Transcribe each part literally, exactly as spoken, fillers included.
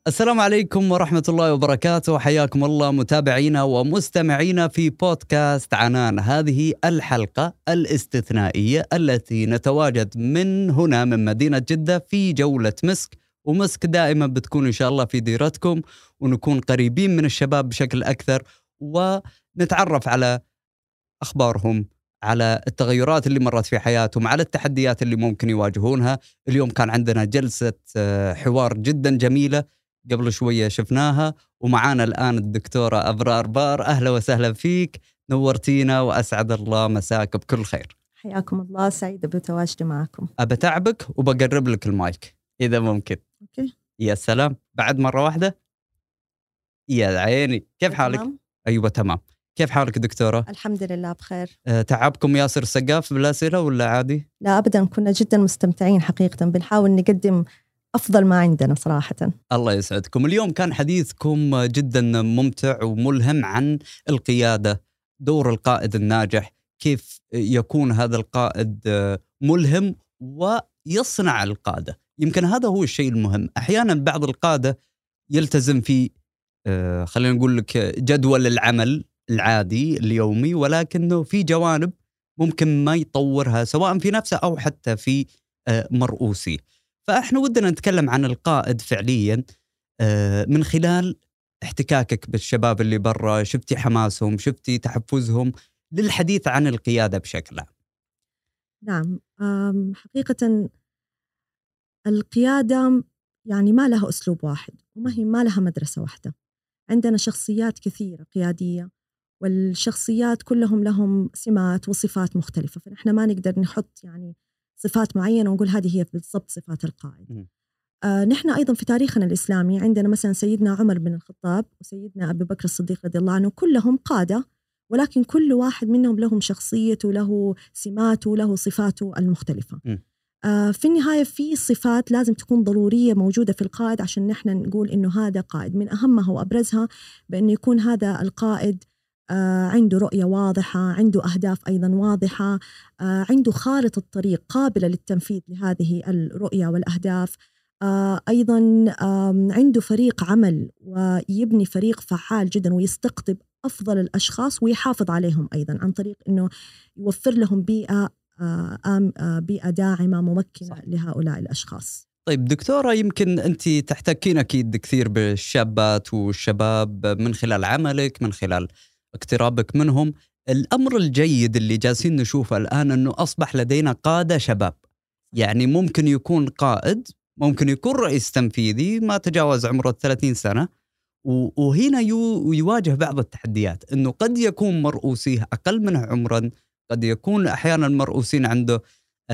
السلام عليكم ورحمة الله وبركاته. حياكم الله متابعينا ومستمعينا في بودكاست عنان. هذه الحلقة الاستثنائية التي نتواجد من هنا من مدينة جدة في جولة مسك، ومسك دائما بتكون إن شاء الله في ديرتكم، ونكون قريبين من الشباب بشكل أكثر ونتعرف على أخبارهم، على التغيرات اللي مرت في حياتهم، على التحديات اللي ممكن يواجهونها. اليوم كان عندنا جلسة حوار جدا جميلة قبل شوية شفناها، ومعانا الآن الدكتورة أبرار بار. أهلا وسهلا فيك، نورتينا وأسعد الله مساك بكل خير. حياكم الله، سعيدة بتواجدي معكم. أبتعبك وبقرب لك المايك إذا ممكن. أوكي. يا سلام، بعد مرة واحدة. يا عيني، كيف حالك؟ تمام. أيوة تمام. كيف حالك دكتورة؟ الحمد لله بخير. أه تعبكم ياسر السقاف بالأسئلة ولا عادي؟ لا أبدا، كنا جدا مستمتعين حقيقة، بنحاول نقدم أفضل ما عندنا صراحة. الله يسعدكم. اليوم كان حديثكم جدا ممتع وملهم عن القيادة، دور القائد الناجح، كيف يكون هذا القائد ملهم ويصنع القادة. يمكن هذا هو الشيء المهم. أحيانا بعض القادة يلتزم في خلينا نقول لك جدول العمل العادي اليومي، ولكنه في جوانب ممكن ما يطورها سواء في نفسه أو حتى في مرؤوسي. فإحنا ودنا نتكلم عن القائد فعليا من خلال احتكاكك بالشباب اللي برا. شفتي حماسهم، شفتي تحفزهم للحديث عن القيادة بشكل عام. نعم، حقيقة القيادة يعني ما لها أسلوب واحد، وما هي ما لها مدرسة واحدة. عندنا شخصيات كثيرة قيادية، والشخصيات كلهم لهم سمات وصفات مختلفة، فنحن ما نقدر نحط يعني صفات معينة ونقول هذه هي بالضبط صفات القائد. آه نحن أيضا في تاريخنا الإسلامي عندنا مثلا سيدنا عمر بن الخطاب وسيدنا أبي بكر الصديق رضي الله عنه، كلهم قادة، ولكن كل واحد منهم لهم شخصيته، له سماته، له صفاته المختلفة. آه في النهاية في صفات لازم تكون ضرورية موجودة في القائد عشان نحن نقول إنه هذا قائد. من أهمها وأبرزها بأنه يكون هذا القائد آه عنده رؤية واضحة، عنده أهداف أيضا واضحة، آه عنده خارطة طريق قابلة للتنفيذ لهذه الرؤية والأهداف. آه أيضا آه عنده فريق عمل ويبني فريق فعال جدا ويستقطب أفضل الأشخاص ويحافظ عليهم أيضا عن طريق أنه يوفر لهم بيئة آه آه بيئة داعمة ممكنة صح. لهؤلاء الأشخاص. طيب دكتورة، يمكن أنت تحتكين أكيد كثير بالشابات والشباب من خلال عملك، من خلال اقترابك منهم. الأمر الجيد اللي جالسين نشوفه الآن أنه أصبح لدينا قادة شباب. يعني ممكن يكون قائد، ممكن يكون رئيس تنفيذي ما تجاوز عمره الثلاثين سنة، وهنا يواجه بعض التحديات. أنه قد يكون مرؤوسيه أقل منه عمرا، قد يكون أحيانا مرؤوسين عنده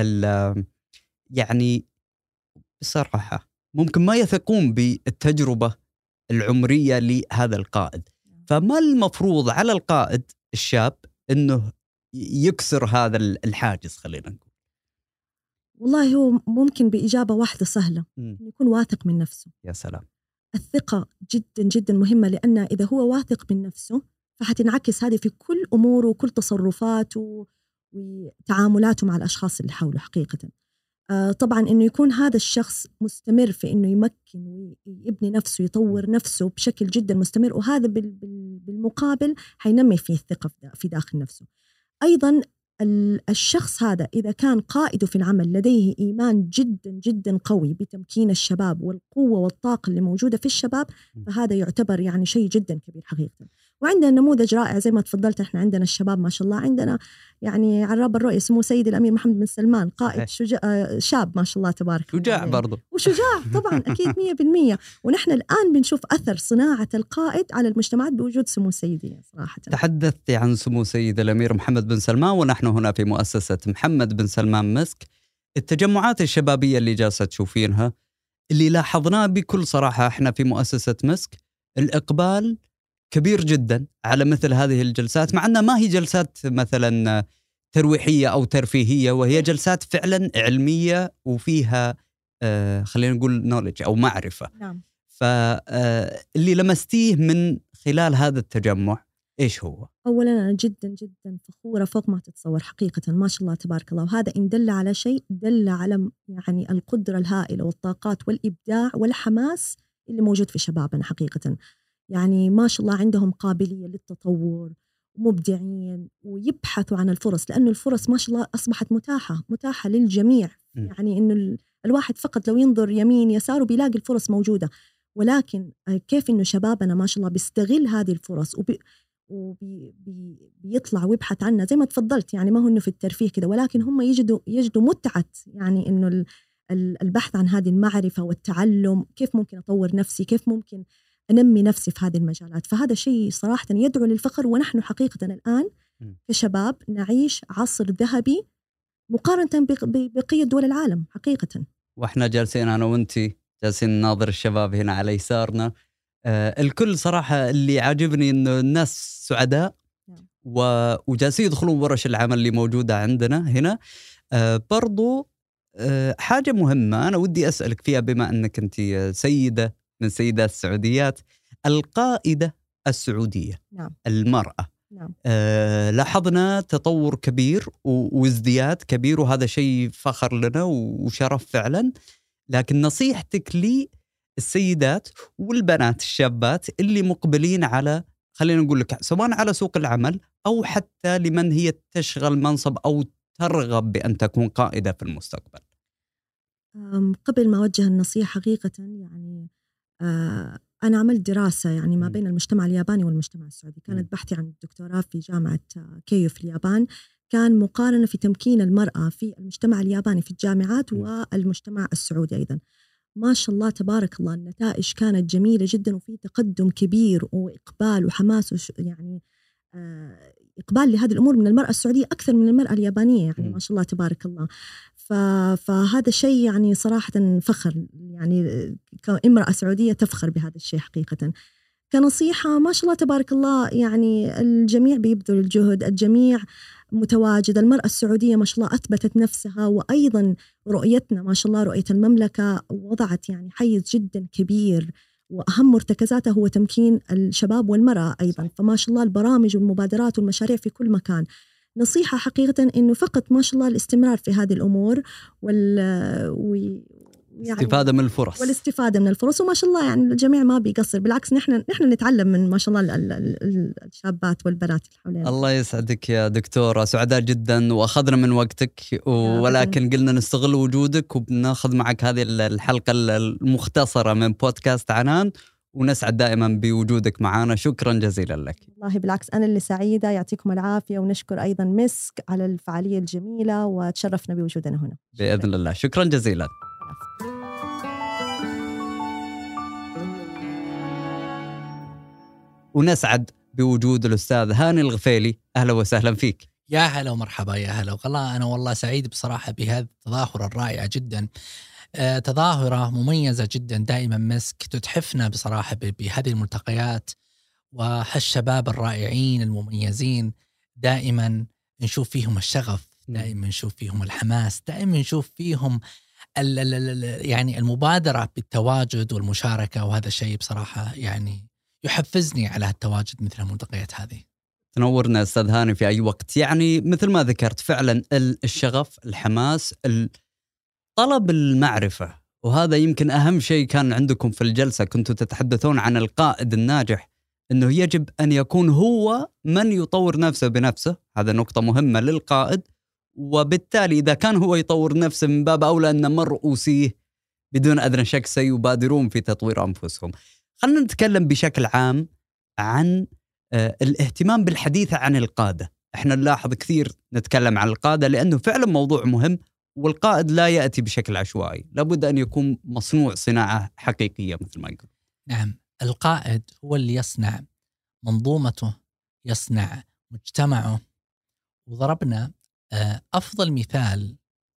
يعني بصراحة ممكن ما يثقون بالتجربة العمرية لهذا القائد. فما المفروض على القائد الشاب أنه يكسر هذا الحاجز؟ خلينا نقول والله هو ممكن بإجابة واحدة سهلة، م. يكون واثق من نفسه. يا سلام. الثقة جدا جدا مهمة، لأن إذا هو واثق من نفسه فحتنعكس هذه في كل أموره وكل تصرفاته وتعاملاته مع الأشخاص اللي حوله حقيقة. آه طبعا إنه يكون هذا الشخص مستمر في إنه يمكن ويبني نفسه، يطور نفسه بشكل جدا مستمر، وهذا بالمقابل حينمي فيه الثقة في داخل نفسه. أيضا الشخص هذا إذا كان قائده في العمل لديه إيمان جدا جدا قوي بتمكين الشباب والقوة والطاقة اللي موجودة في الشباب، فهذا يعتبر يعني شيء جدا كبير حقيقة. وعندنا نموذج رائع زي ما تفضلت، احنا عندنا الشباب ما شاء الله، عندنا يعني عراب الرؤية سمو سيد الأمير محمد بن سلمان، قائد شجاع، شاب ما شاء الله تبارك الله، شجاع برضو وشجاع طبعا أكيد مية بالمية. ونحن الآن بنشوف أثر صناعة القائد على المجتمعات بوجود سمو سيدي صراحة. تحدثت عن سمو سيد الأمير محمد بن سلمان، ونحن هنا في مؤسسة محمد بن سلمان مسك. التجمعات الشبابية اللي جالسة تشوفينها، اللي لاحظناه بكل صراحة احنا في مؤسسة مسك، الإقبال كبير جدا على مثل هذه الجلسات، مع أنها ما هي جلسات مثلا ترويحية أو ترفيهية، وهي جلسات فعلا علمية وفيها آه خلينا نقول نوليدج أو معرفة. نعم. فاللي لمستيه من خلال هذا التجمع إيش هو؟ أولا أنا جدا جدا فخورة فوق ما تتصور حقيقة، ما شاء الله تبارك الله. وهذا إن دل على شيء دل على يعني القدرة الهائلة والطاقات والإبداع والحماس اللي موجود في شبابنا حقيقة. يعني ما شاء الله عندهم قابلية للتطور، مبدعين ويبحثوا عن الفرص، لأنه الفرص ما شاء الله أصبحت متاحة متاحة للجميع. م. يعني إنه الواحد فقط لو ينظر يمين يسار بيلاقي الفرص موجودة، ولكن كيف إنه شبابنا ما شاء الله بيستغل هذه الفرص وبي وبيطلع وبي ويبحث عنها زي ما تفضلت. يعني ما هو إنه في الترفيه كده، ولكن هم يجدوا يجدوا متعة يعني إنه البحث عن هذه المعرفة والتعلم، كيف ممكن أطور نفسي، كيف ممكن أنمي نفسي في هذه المجالات. فهذا شيء صراحة يدعو للفخر. ونحن حقيقة الآن كشباب نعيش عصر ذهبي مقارنة ببقية دول العالم حقيقة. وإحنا جالسين أنا وإنتي جالسين ناظر الشباب هنا على يسارنا، آه الكل صراحة اللي عاجبني إنه الناس سعداء وجالسين يدخلون ورش العمل اللي موجودة عندنا هنا. آه برضو آه حاجة مهمة أنا ودي أسألك فيها، بما أنك أنت سيدة من سيدات السعوديات، القائدة السعودية. نعم. المرأة. نعم. آه لاحظنا تطور كبير وازدياد كبير، وهذا شيء فخر لنا وشرف فعلا. لكن نصيحتك لي السيدات والبنات الشابات اللي مقبلين على، خلينا نقول لك، سواء على سوق العمل أو حتى لمن هي تشغل منصب أو ترغب بأن تكون قائدة في المستقبل. قبل ما أوجه النصيحة حقيقة يعني آه أنا عملت دراسة يعني ما بين المجتمع الياباني والمجتمع السعودي. كانت بحثي عن الدكتوراه في جامعة كييو في اليابان، كان مقارنة في تمكين المرأة في المجتمع الياباني في الجامعات والمجتمع السعودي أيضا. ما شاء الله تبارك الله النتائج كانت جميلة جدا، وفي تقدم كبير وإقبال وحماس، يعني آه إقبال لهذه الأمور من المرأة السعودية أكثر من المرأة اليابانية. يعني ما شاء الله تبارك الله. فهذا شيء يعني صراحة فخر، يعني كامرأة سعودية تفخر بهذا الشيء حقيقة. كنصيحة ما شاء الله تبارك الله يعني الجميع بيبذل الجهد، الجميع متواجد. المرأة السعودية ما شاء الله أثبتت نفسها، وأيضا رؤيتنا ما شاء الله رؤية المملكة وضعت يعني حيز جدا كبير، وأهم مرتكزاتها هو تمكين الشباب والمرأة أيضا. فما شاء الله البرامج والمبادرات والمشاريع في كل مكان. نصيحة حقيقة إنه فقط ما شاء الله الاستمرار في هذه الأمور وال يعني استفادة من الفرص والاستفادة من الفرص. وما شاء الله يعني الجميع ما بيقصر، بالعكس نحن نحن نتعلم من ما شاء الله الشابات والبنات اللي حولنا. الله يسعدك يا دكتورة، سعداء جدا وأخذنا من وقتك، ولكن قلنا نستغل وجودك وبناخذ معك هذه الحلقة المختصرة من بودكاست عنان، ونسعد دائما بوجودك معنا. شكرا جزيلا لك. والله بالعكس أنا اللي سعيدة، يعطيكم العافية، ونشكر أيضا مسك على الفعالية الجميلة، وتشرفنا بوجودنا هنا بإذن الله. شكرا جزيلا. ونسعد بوجود الأستاذ هاني الغفيلي. أهلا وسهلا فيك. يا هلا ومرحبا. يا هلا والله. أنا والله سعيد بصراحة بهذه التظاهرة الرائعة جدا، آه تظاهرة مميزة جدا. دائما مسك تتحفنا بصراحة بهذه الملتقيات، وهالشباب الرائعين المميزين دائما نشوف فيهم الشغف، دائما نشوف فيهم الحماس، دائما نشوف فيهم ال ال ال يعني المبادرة بالتواجد والمشاركة. وهذا الشيء بصراحة يعني يحفزني على التواجد مثل الملتقيات هذه. تنورنا أستاذ هاني في أي وقت. يعني مثل ما ذكرت فعلا الشغف، الحماس، طلب المعرفة، وهذا يمكن أهم شيء كان عندكم في الجلسة. كنتوا تتحدثون عن القائد الناجح، أنه يجب أن يكون هو من يطور نفسه بنفسه. هذا نقطة مهمة للقائد، وبالتالي إذا كان هو يطور نفسه من باب أولى أن مرؤوسيه بدون أدنى شك سيبادرون في تطوير أنفسهم. خلينا نتكلم بشكل عام عن آه الاهتمام بالحديث عن القادة. احنا نلاحظ كثير نتكلم عن القادة لأنه فعلا موضوع مهم، والقائد لا يأتي بشكل عشوائي، لابد أن يكون مصنوع صناعة حقيقية مثل ما يقول. نعم، القائد هو اللي يصنع منظومته، يصنع مجتمعه. وضربنا آه أفضل مثال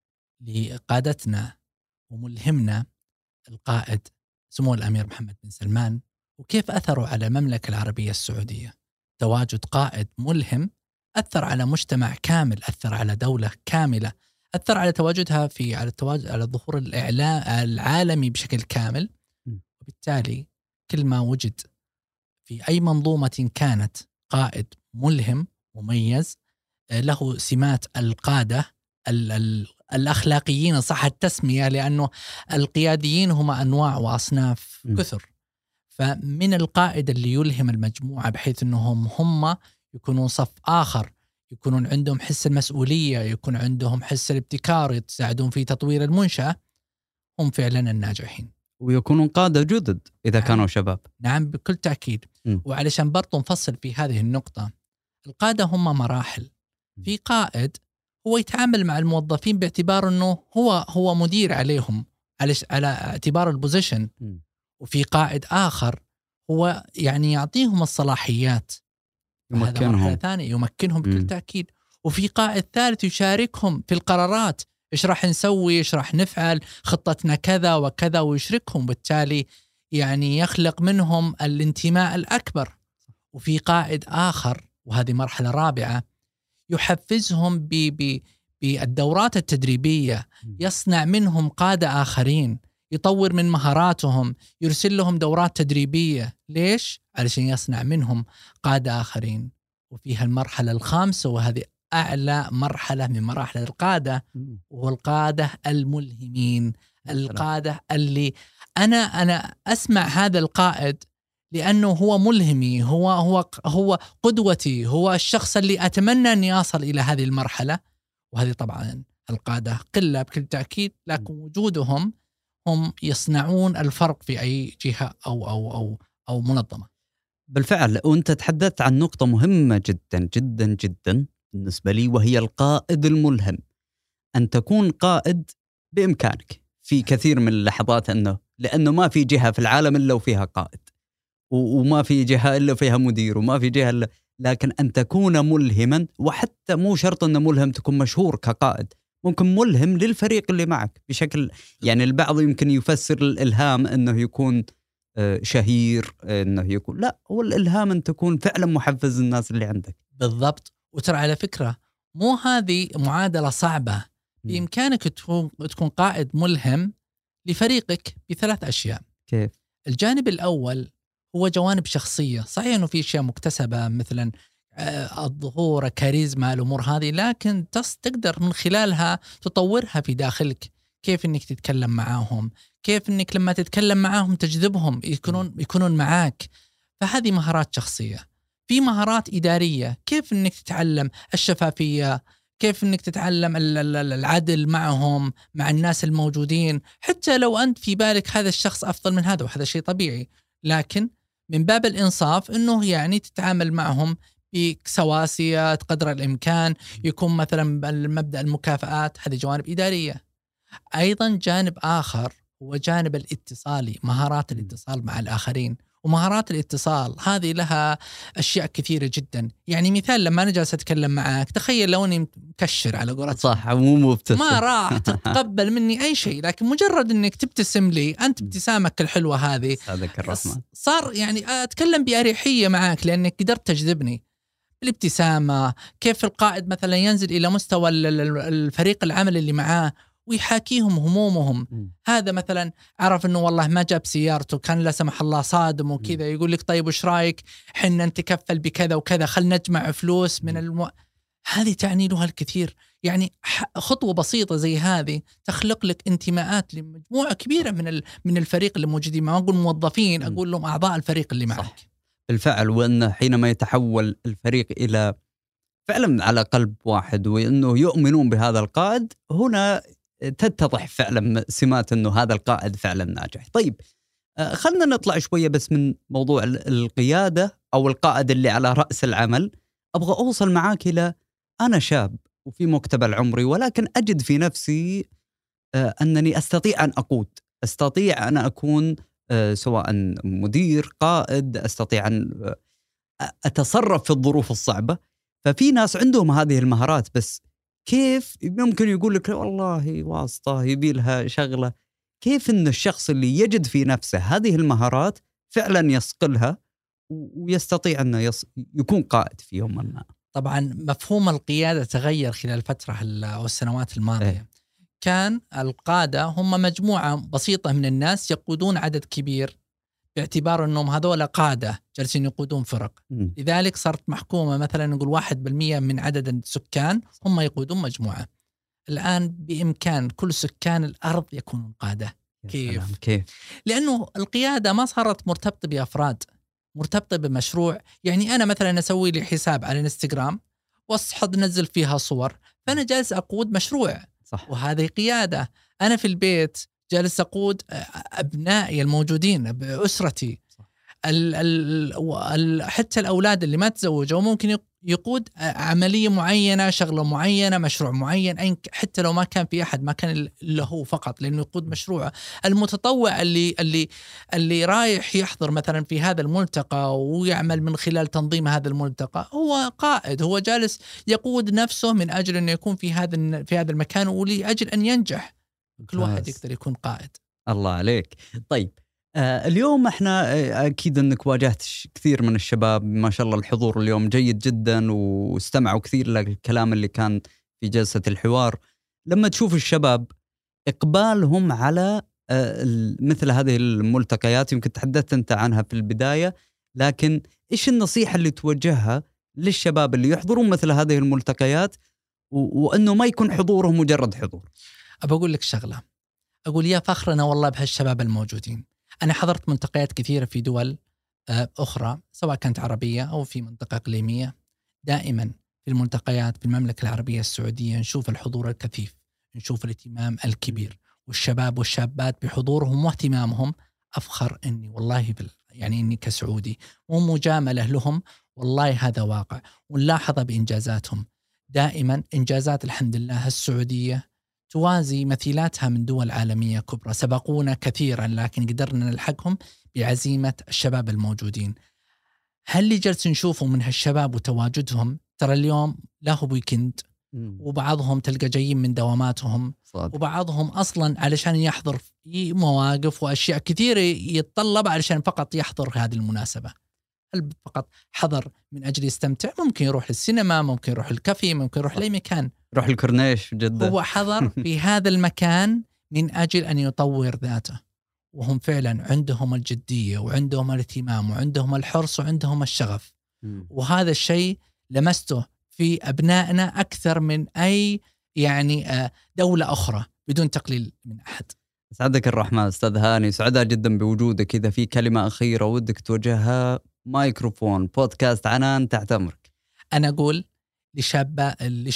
لقادتنا وملهمنا القائد سمو الأمير محمد بن سلمان، وكيف أثروا على المملكة العربية السعودية. تواجد قائد ملهم أثر على مجتمع كامل، أثر على دولة كاملة، أثر على تواجدها في على التواجد على الظهور الإعلام العالمي بشكل كامل. وبالتالي كل ما وجد في أي منظومة كانت قائد ملهم مميز له سمات القادة ال ال الأخلاقيين صح التسمية، لأنه القياديين هم أنواع وأصناف كثر. فمن القائد اللي يلهم المجموعة بحيث أنهم هم يكونون صف آخر، يكونون عندهم حس المسؤولية، يكون عندهم حس الابتكار، يساعدون في تطوير المنشأة، هم فعلا الناجحين. ويكونون قادة جدد إذا نعم. كانوا شباب. نعم بكل تأكيد. م. وعلشان برضو نفصل في هذه النقطة، القادة هم مراحل. في قائد هو يتعامل مع الموظفين باعتبار أنه هو هو مدير عليهم على على اعتبار البوزيشن، وفي قائد آخر هو يعني يعطيهم الصلاحيات، هذا مرحلة ثانية يمكنهم بكل تأكيد. وفي قائد ثالث يشاركهم في القرارات، إيش راح نسوي، إيش راح نفعل، خطتنا كذا وكذا، ويشركهم، بالتالي يعني يخلق منهم الانتماء الأكبر. وفي قائد آخر، وهذه مرحلة رابعة، يحفزهم ب ب بالدورات التدريبية، يصنع منهم قادة آخرين، يطور من مهاراتهم، يرسل لهم دورات تدريبية. ليش؟ علشان يصنع منهم قادة آخرين. وفيها المرحلة الخامسة، وهذه أعلى مرحلة من مراحل القادة، وهو القادة الملهمين. القادة اللي أنا أنا أسمع هذا القائد لأنه هو ملهمي، هو هو هو قدوتي، هو الشخص اللي أتمنى أن يصل إلى هذه المرحلة. وهذه طبعا القادة قلة بكل تأكيد، لكن وجودهم هم يصنعون الفرق في أي جهة أو أو أو أو منظمة. بالفعل. وأنت تحدثت عن نقطة مهمة جدا جدا جدا بالنسبة لي، وهي القائد الملهم. أن تكون قائد بإمكانك في كثير من اللحظات، أنه لأنه ما في جهة في العالم إلا وفيها قائد، وما في جهة إلا فيها مدير، وما في جهة إلا، لكن أن تكون ملهما. وحتى مو شرط أن ملهم تكون مشهور كقائد، ممكن ملهم للفريق اللي معك بشكل، يعني البعض يمكن يفسر الإلهام أنه يكون شهير، أنه يكون، لا، هو الإلهام أن تكون فعلا محفز الناس اللي عندك. بالضبط. وترى على فكرة مو هذه معادلة صعبة، بإمكانك تكون تكون قائد ملهم لفريقك بثلاث أشياء. كيف؟ الجانب الأول هو جوانب شخصية، صحيح أنه في أشياء مكتسبة مثلا الظهور، كاريزما، الأمور هذه، لكن تقدر من خلالها تطورها في داخلك. كيف أنك تتكلم معاهم، كيف أنك لما تتكلم معاهم تجذبهم يكونون يكونون معاك. فهذه مهارات شخصية. في مهارات إدارية، كيف أنك تتعلم الشفافية، كيف أنك تتعلم العدل معهم، مع الناس الموجودين، حتى لو أنت في بالك هذا الشخص أفضل من هذا، وهذا شيء طبيعي، لكن من باب الإنصاف أنه يعني تتعامل معهم بسواسية قدر الإمكان، يكون مثلا مبدأ المكافآت. هذه جوانب إدارية. أيضا جانب آخر هو جانب الاتصالي، مهارات الاتصال مع الآخرين. ومهارات الاتصال هذه لها أشياء كثيرة جدا. يعني مثال، لما أنا جالس أتكلم معك، تخيل لو أني مكشر على قولتك، صح، مو مبتسم، ما راح تتقبل مني أي شيء، لكن مجرد أنك تبتسم لي أنت، ابتسامك الحلوة هذه، صار يعني أتكلم بأريحية معك، لأنك قدرت تجذبني. الابتسامة، كيف القائد مثلا ينزل إلى مستوى الفريق العمل اللي معاه ويحاكيهم همومهم. م. هذا مثلا عرف انه والله ما جاب سيارته، كان لا سمح الله صادم وكذا، يقول لك طيب وش رايك حنا نتكفل بكذا وكذا، خل نجمع فلوس من الم... هذه تعني له الكثير. يعني خطوة بسيطة زي هذه تخلق لك انتماءات لمجموعة كبيرة من ال... من الفريق اللي موجودين. ما أقول موظفين، أقول لهم أعضاء الفريق اللي معك. صح. بالفعل. وأن حينما يتحول الفريق إلى فعلا على قلب واحد، وأنه يؤمنون بهذا القائد، هنا تتضح فعلا سمات أنه هذا القائد فعلا ناجح. طيب، خلنا نطلع شوية بس من موضوع القيادة أو القائد اللي على رأس العمل. أبغى أوصل معاك إلى أنا شاب وفي مقتبل عمري، ولكن أجد في نفسي أنني أستطيع أن أقود، أستطيع أن أكون سواء مدير، قائد، أستطيع أن أتصرف في الظروف الصعبة. ففي ناس عندهم هذه المهارات، بس كيف ممكن يقول لك والله واسطة يبي لها شغلة؟ كيف إن الشخص اللي يجد في نفسه هذه المهارات فعلا يصقلها ويستطيع أن يص... يكون قائد في يوم ما؟ طبعا مفهوم القيادة تغير خلال الفترة أو السنوات الماضية. إيه؟ كان القادة هم مجموعة بسيطة من الناس يقودون عدد كبير، باعتبار أنهم هذول قادة جالسين يقودون فرق. م. لذلك صارت محكومة مثلا نقول واحد بالمية من عدد السكان هم يقودون مجموعة. الآن بإمكان كل سكان الأرض يكونون قادة. كيف؟ كيف؟ لأنه القيادة ما صارت مرتبطة بأفراد، مرتبطة بمشروع. يعني أنا مثلا أسوي لي حساب على الانستغرام واصحى ننزل فيها صور، فأنا جالس أقود مشروع. صح. وهذه قيادة. أنا في البيت جالس أقود أبنائي الموجودين بأسرتي. ال ال حتى الأولاد اللي ما تزوجوا ممكن يقود عملية معينة، شغلة معينة، مشروع معين، حتى لو ما كان في أحد، ما كان إلا هو فقط، لأنه يقود مشروعه. المتطوع اللي اللي اللي رايح يحضر مثلا في هذا الملتقى ويعمل من خلال تنظيم هذا الملتقى هو قائد، هو جالس يقود نفسه من أجل أن يكون في هذا في هذا المكان ولأجل أن ينجح. كل واحد يقدر يكون قائد. الله عليك. طيب آه اليوم احنا آه اكيد انك واجهت كثير من الشباب، ما شاء الله الحضور اليوم جيد جدا واستمعوا كثير للكلام اللي كان في جلسة الحوار. لما تشوف الشباب اقبالهم على آه مثل هذه الملتقيات، يمكن تحدثت انت عنها في البداية، لكن ايش النصيحة اللي توجهها للشباب اللي يحضرون مثل هذه الملتقيات وانه ما يكون حضورهم مجرد حضور؟ أبى أقول لك شغلة، أقول يا فخرنا والله بهالشباب الموجودين. أنا حضرت ملتقيات كثيرة في دول أخرى سواء كانت عربية أو في منطقة إقليمية. دائما في الملتقيات في المملكة العربية السعودية نشوف الحضور الكثيف، نشوف الاهتمام الكبير، والشباب والشابات بحضورهم واهتمامهم. أفخر إني والله بال يعني إني كسعودي مو مجاملة لهم، والله هذا واقع. ونلاحظ بإنجازاتهم دائما إنجازات الحمد لله السعودية توازي مثيلاتها من دول عالمية كبرى سبقونا كثيرا، لكن قدرنا نلحقهم بعزيمة الشباب الموجودين. هل اللي جلس نشوفه من هالشباب وتواجدهم، ترى اليوم لا هو ويكند، وبعضهم تلقى جايين من دواماتهم صادق. وبعضهم أصلا علشان يحضر في مواقف وأشياء كثيرة يتطلب علشان فقط يحضر هذه المناسبة. هل فقط حضر من أجل يستمتع؟ ممكن يروح للسينما، ممكن يروح الكافي، ممكن يروح لأي مكان، يروح الكورنيش في جدة. هو حضر في هذا المكان من أجل أن يطور ذاته. وهم فعلا عندهم الجدية وعندهم الاهتمام وعندهم الحرص وعندهم الشغف. م. وهذا الشيء لمسته في أبنائنا أكثر من أي يعني دولة أخرى بدون تقليل من أحد. سعدك الرحمن أستاذ هاني، سعداء جدا بوجودك. إذا في كلمة أخيرة ودك توجهها، مايكروفون بودكاست عنان تحت أمرك. أنا أقول لشاب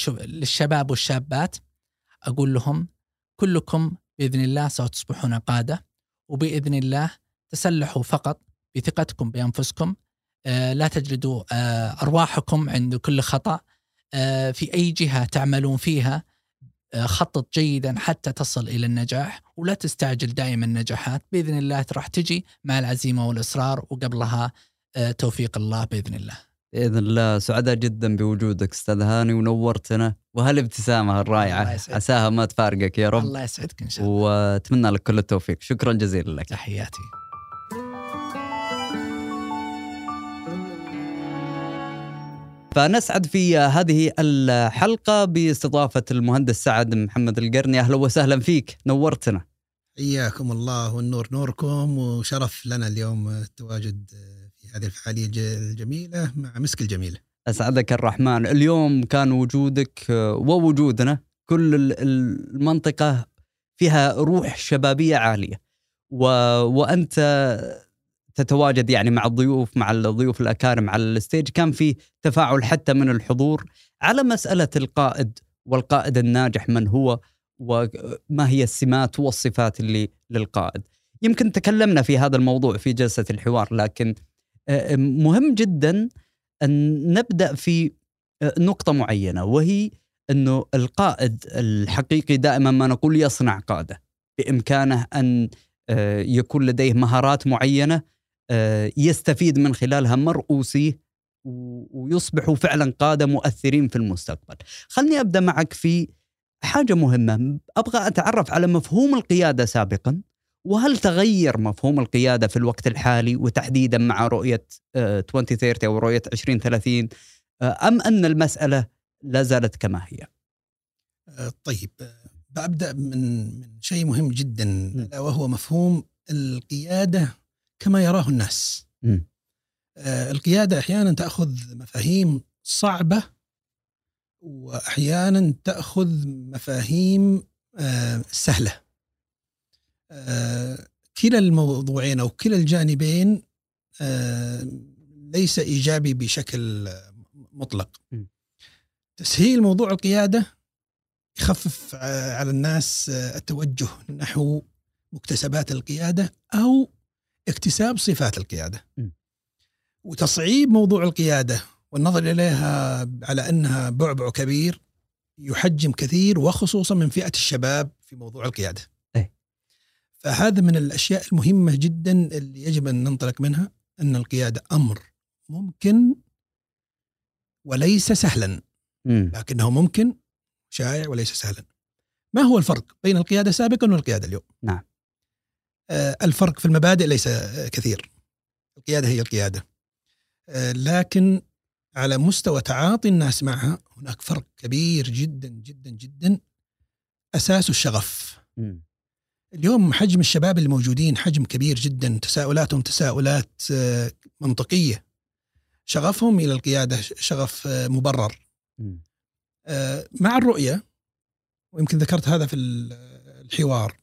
للشباب والشابات، أقول لهم كلكم بإذن الله ستصبحون قادة، وبإذن الله تسلحوا فقط بثقتكم بأنفسكم. آه لا تجلدوا آه أرواحكم عند كل خطأ. آه في أي جهة تعملون فيها آه خطط جيدا حتى تصل إلى النجاح، ولا تستعجل دائما النجاحات. بإذن الله راح تجي مع العزيمة والإصرار، وقبلها آه توفيق الله بإذن الله. بإذن الله. سعداء جدا بوجودك أستاذ هاني ونورتنا، وهالابتسامة الرائعة عساها ما تفارقك يا رب. الله يسعدك إن شاء الله، وأتمنى لك كل التوفيق. شكرا جزيلا لك. تحياتي. فنسعد في هذه الحلقة باستضافة المهندس سعد محمد القرني. أهلا وسهلا فيك، نورتنا. حياكم الله والنور نوركم، وشرف لنا اليوم التواجد في هذه الفعالية الجميلة مع مسك الجميلة. أسعدك الرحمن. اليوم كان وجودك ووجودنا كل المنطقة فيها روح شبابية عالية، و... وأنت تتواجد يعني مع الضيوف مع الضيوف الأكارم على الستيج. كان في تفاعل حتى من الحضور على مسألة القائد والقائد الناجح من هو، وما هي السمات والصفات اللي للقائد. يمكن تكلمنا في هذا الموضوع في جلسة الحوار، لكن مهم جدا أن نبدأ في نقطة معينة، وهي أنه القائد الحقيقي دائما ما نقول يصنع قادة. بإمكانه أن يكون لديه مهارات معينة يستفيد من خلالها مرؤوسيه ويصبحوا فعلا قادة مؤثرين في المستقبل. خلني أبدأ معك في حاجة مهمة. أبغى أتعرف على مفهوم القيادة سابقا، وهل تغير مفهوم القيادة في الوقت الحالي وتحديدا مع رؤية ألفين وثلاثين أو رؤية عشرين ثلاثين، أم أن المسألة لا زالت كما هي؟ طيب، ببدأ من من شيء مهم جدا، وهو مفهوم القيادة كما يراه الناس. م. القيادة أحيانا تأخذ مفاهيم صعبة، وأحيانا تأخذ مفاهيم سهلة. آه كلا الموضوعين أو كلا الجانبين آه ليس إيجابي بشكل مطلق. م. تسهيل موضوع القيادة يخفف على الناس التوجه نحو مكتسبات القيادة أو اكتساب صفات القيادة. م. وتصعيب موضوع القيادة والنظر إليها على أنها بعبع كبير يحجم كثير، وخصوصا من فئة الشباب في موضوع القيادة. أي. فهذا من الأشياء المهمة جدا اللي يجب أن ننطلق منها، أن القيادة أمر ممكن وليس سهلا، م. لكنه ممكن شائع وليس سهلا. ما هو الفرق بين القيادة سابقا والقيادة اليوم؟ نعم. آه الفرق في المبادئ ليس كثير، القيادة هي القيادة، آه لكن على مستوى تعاطي الناس معها هناك فرق كبير جدا جدا جدا، أساسه الشغف. م. اليوم حجم الشباب اللي موجودين حجم كبير جدا، تساؤلاتهم تساؤلات آه منطقية، شغفهم إلى القيادة شغف آه مبرر. م. آه مع الرؤية، ويمكن ذكرت هذا في الحوار،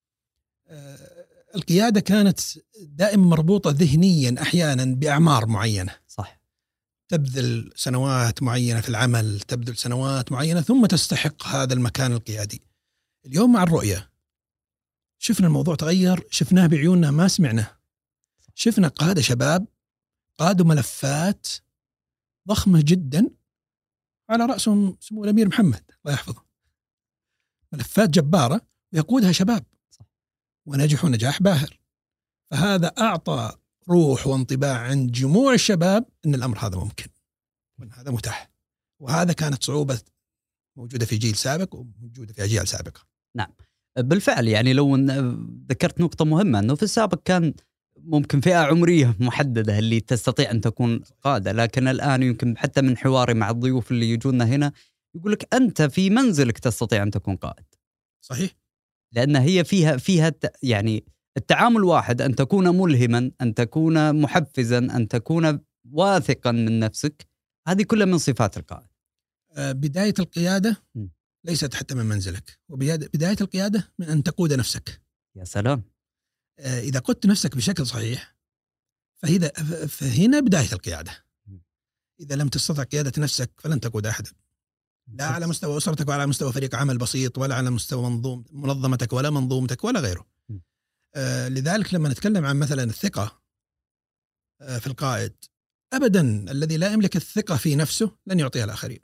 آه القيادة كانت دائما مربوطة ذهنيا أحيانا بأعمار معينة. صح. تبذل سنوات معينة في العمل، تبذل سنوات معينة ثم تستحق هذا المكان القيادي. اليوم مع الرؤية شفنا الموضوع تغير، شفناه بعيوننا، ما سمعناه. شفنا قادة شباب قادوا ملفات ضخمة جدا على رأسهم سمو الأمير محمد الله يحفظه، ملفات جبارة ويقودها شباب ونجحوا نجاح باهر. فهذا أعطى روح وانطباع عند جموع الشباب أن الأمر هذا ممكن وأن هذا متاح، وهذا كانت صعوبة موجودة في جيل سابق وموجودة في أجيال سابقة. نعم بالفعل. يعني لو ذكرت نقطة مهمة أنه في السابق كان ممكن فئة عمرية محددة اللي تستطيع أن تكون قادة، لكن الآن يمكن حتى من حواري مع الضيوف اللي يجونا هنا يقولك أنت في منزلك تستطيع أن تكون قائد. صحيح. لأن هي فيها فيها يعني التعامل واحد، أن تكون ملهما، أن تكون محفزا، أن تكون واثقا من نفسك، هذه كلها من صفات القائد. بداية القيادة م. ليست حتى من منزلك، وبداية القيادة من أن تقود نفسك. يا سلام. إذا قدت نفسك بشكل صحيح فهذا فهنا بداية القيادة. إذا لم تستطع قيادة نفسك فلن تقود أحدا، لا على مستوى أسرتك ولا على مستوى فريق عمل بسيط ولا على مستوى منظوم منظمتك ولا منظومتك ولا غيره. آه لذلك لما نتكلم عن مثلا الثقة آه في القائد، أبدا الذي لا يملك الثقة في نفسه لن يعطيها الآخرين.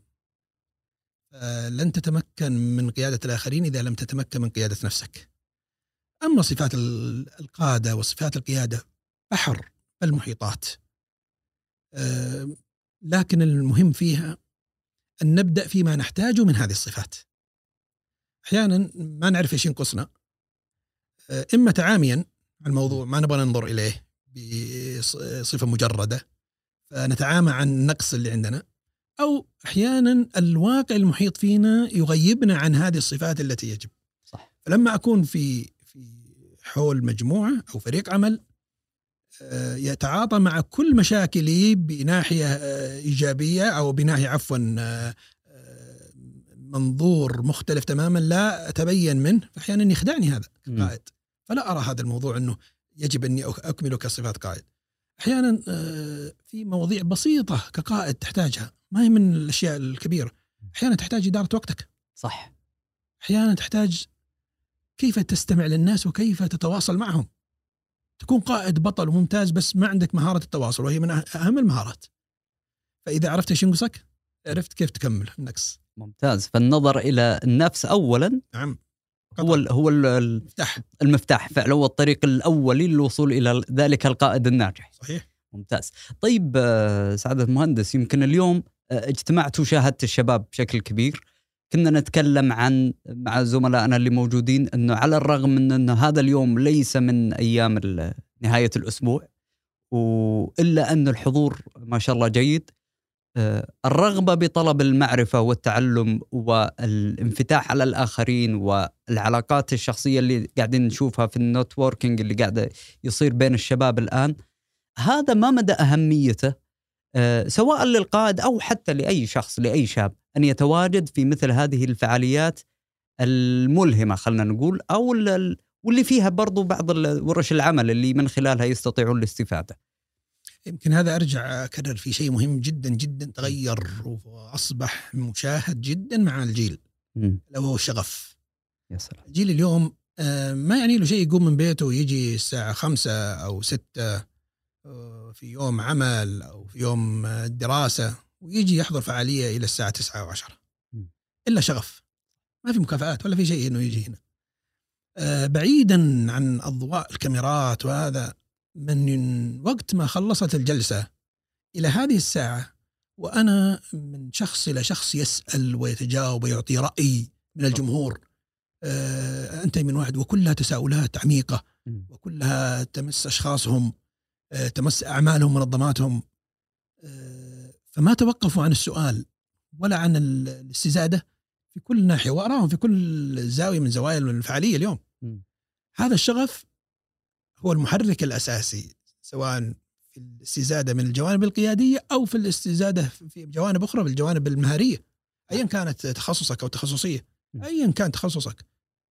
آه لن تتمكن من قيادة الآخرين إذا لم تتمكن من قيادة نفسك. أما صفات القادة وصفات القيادة بحر المحيطات، آه لكن المهم فيها أن نبدأ فيما نحتاجه من هذه الصفات. أحيانا ما نعرف إيش ينقصنا، إما تعاميا على الموضوع ما نبغى ننظر إليه بصفة مجردة فنتعامى عن النقص اللي عندنا، أو أحيانا الواقع المحيط فينا يغيبنا عن هذه الصفات التي يجب. صح. فلما أكون في في حول مجموعة أو فريق عمل يتعاطى مع كل مشاكلي بناحية إيجابية أو بناحية عفوا منظور مختلف تماما لا أتبين منه، فأحيانا يخدعني هذا كقائد، فلا أرى هذا الموضوع أنه يجب أني أكمله كصفات قائد. أحيانا في مواضيع بسيطة كقائد تحتاجها، ما هي من الأشياء الكبيرة. أحيانا تحتاج إدارة وقتك. صح. أحيانا تحتاج كيف تستمع للناس وكيف تتواصل معهم. تكون قائد بطل وممتاز بس ما عندك مهارة التواصل، وهي من أهم المهارات. فإذا عرفت إيش ينقصك عرفت كيف تكمل النقص. ممتاز. فالنظر إلى النفس أولا نعم هو ال هو ال المفتاح المفتاح فعلا، هو الطريق الأولي للوصول إلى ذلك القائد الناجح. صحيح. ممتاز. طيب سعادة المهندس، يمكن اليوم اجتمعت وشاهدت الشباب بشكل كبير، كنا نتكلم عن مع زملائنا اللي موجودين أنه على الرغم من أنه هذا اليوم ليس من أيام نهاية الأسبوع، وإلا أن الحضور ما شاء الله جيد، الرغبة بطلب المعرفة والتعلم والانفتاح على الآخرين والعلاقات الشخصية اللي قاعدين نشوفها في النتوركينج اللي قاعد يصير بين الشباب الآن، هذا ما مدى أهميته سواء للقائد أو حتى لأي شخص لأي شاب أن يتواجد في مثل هذه الفعاليات الملهمة خلنا نقول، أو واللي فيها برضو بعض ورش العمل اللي من خلالها يستطيعون الاستفادة. يمكن هذا أرجع أكرر في شيء مهم جدا جدا تغير وأصبح مشاهد جدا مع الجيل لو هو الشغف. يا سلام. الجيل اليوم ما يعني له شيء يقوم من بيته ويجي الساعة خمسة أو ستة في يوم عمل أو في يوم دراسة ويجي يحضر فعالية إلى الساعة تسعة وعشرة إلا شغف. ما في مكافآت ولا في شيء إنه يجي هنا. بعيدا عن أضواء الكاميرات وهذا، من وقت ما خلصت الجلسة إلى هذه الساعة وأنا من شخص إلى شخص يسأل ويتجاوب ويعطي رأي من الجمهور. آه أنت من واحد، وكلها تساؤلات عميقة وكلها تمس أشخاصهم، آه تمس أعمالهم منظماتهم. آه فما توقفوا عن السؤال ولا عن الاستزادة في كل ناحية، وأراهم في كل زاوية من زوايا الفعالية اليوم. م. هذا الشغف هو المحرك الأساسي، سواء في الاستزادة من الجوانب القيادية أو في الاستزادة في جوانب أخرى بالجوانب المهارية، أيا كانت تخصصك أو تخصصية، أيا كان تخصصك.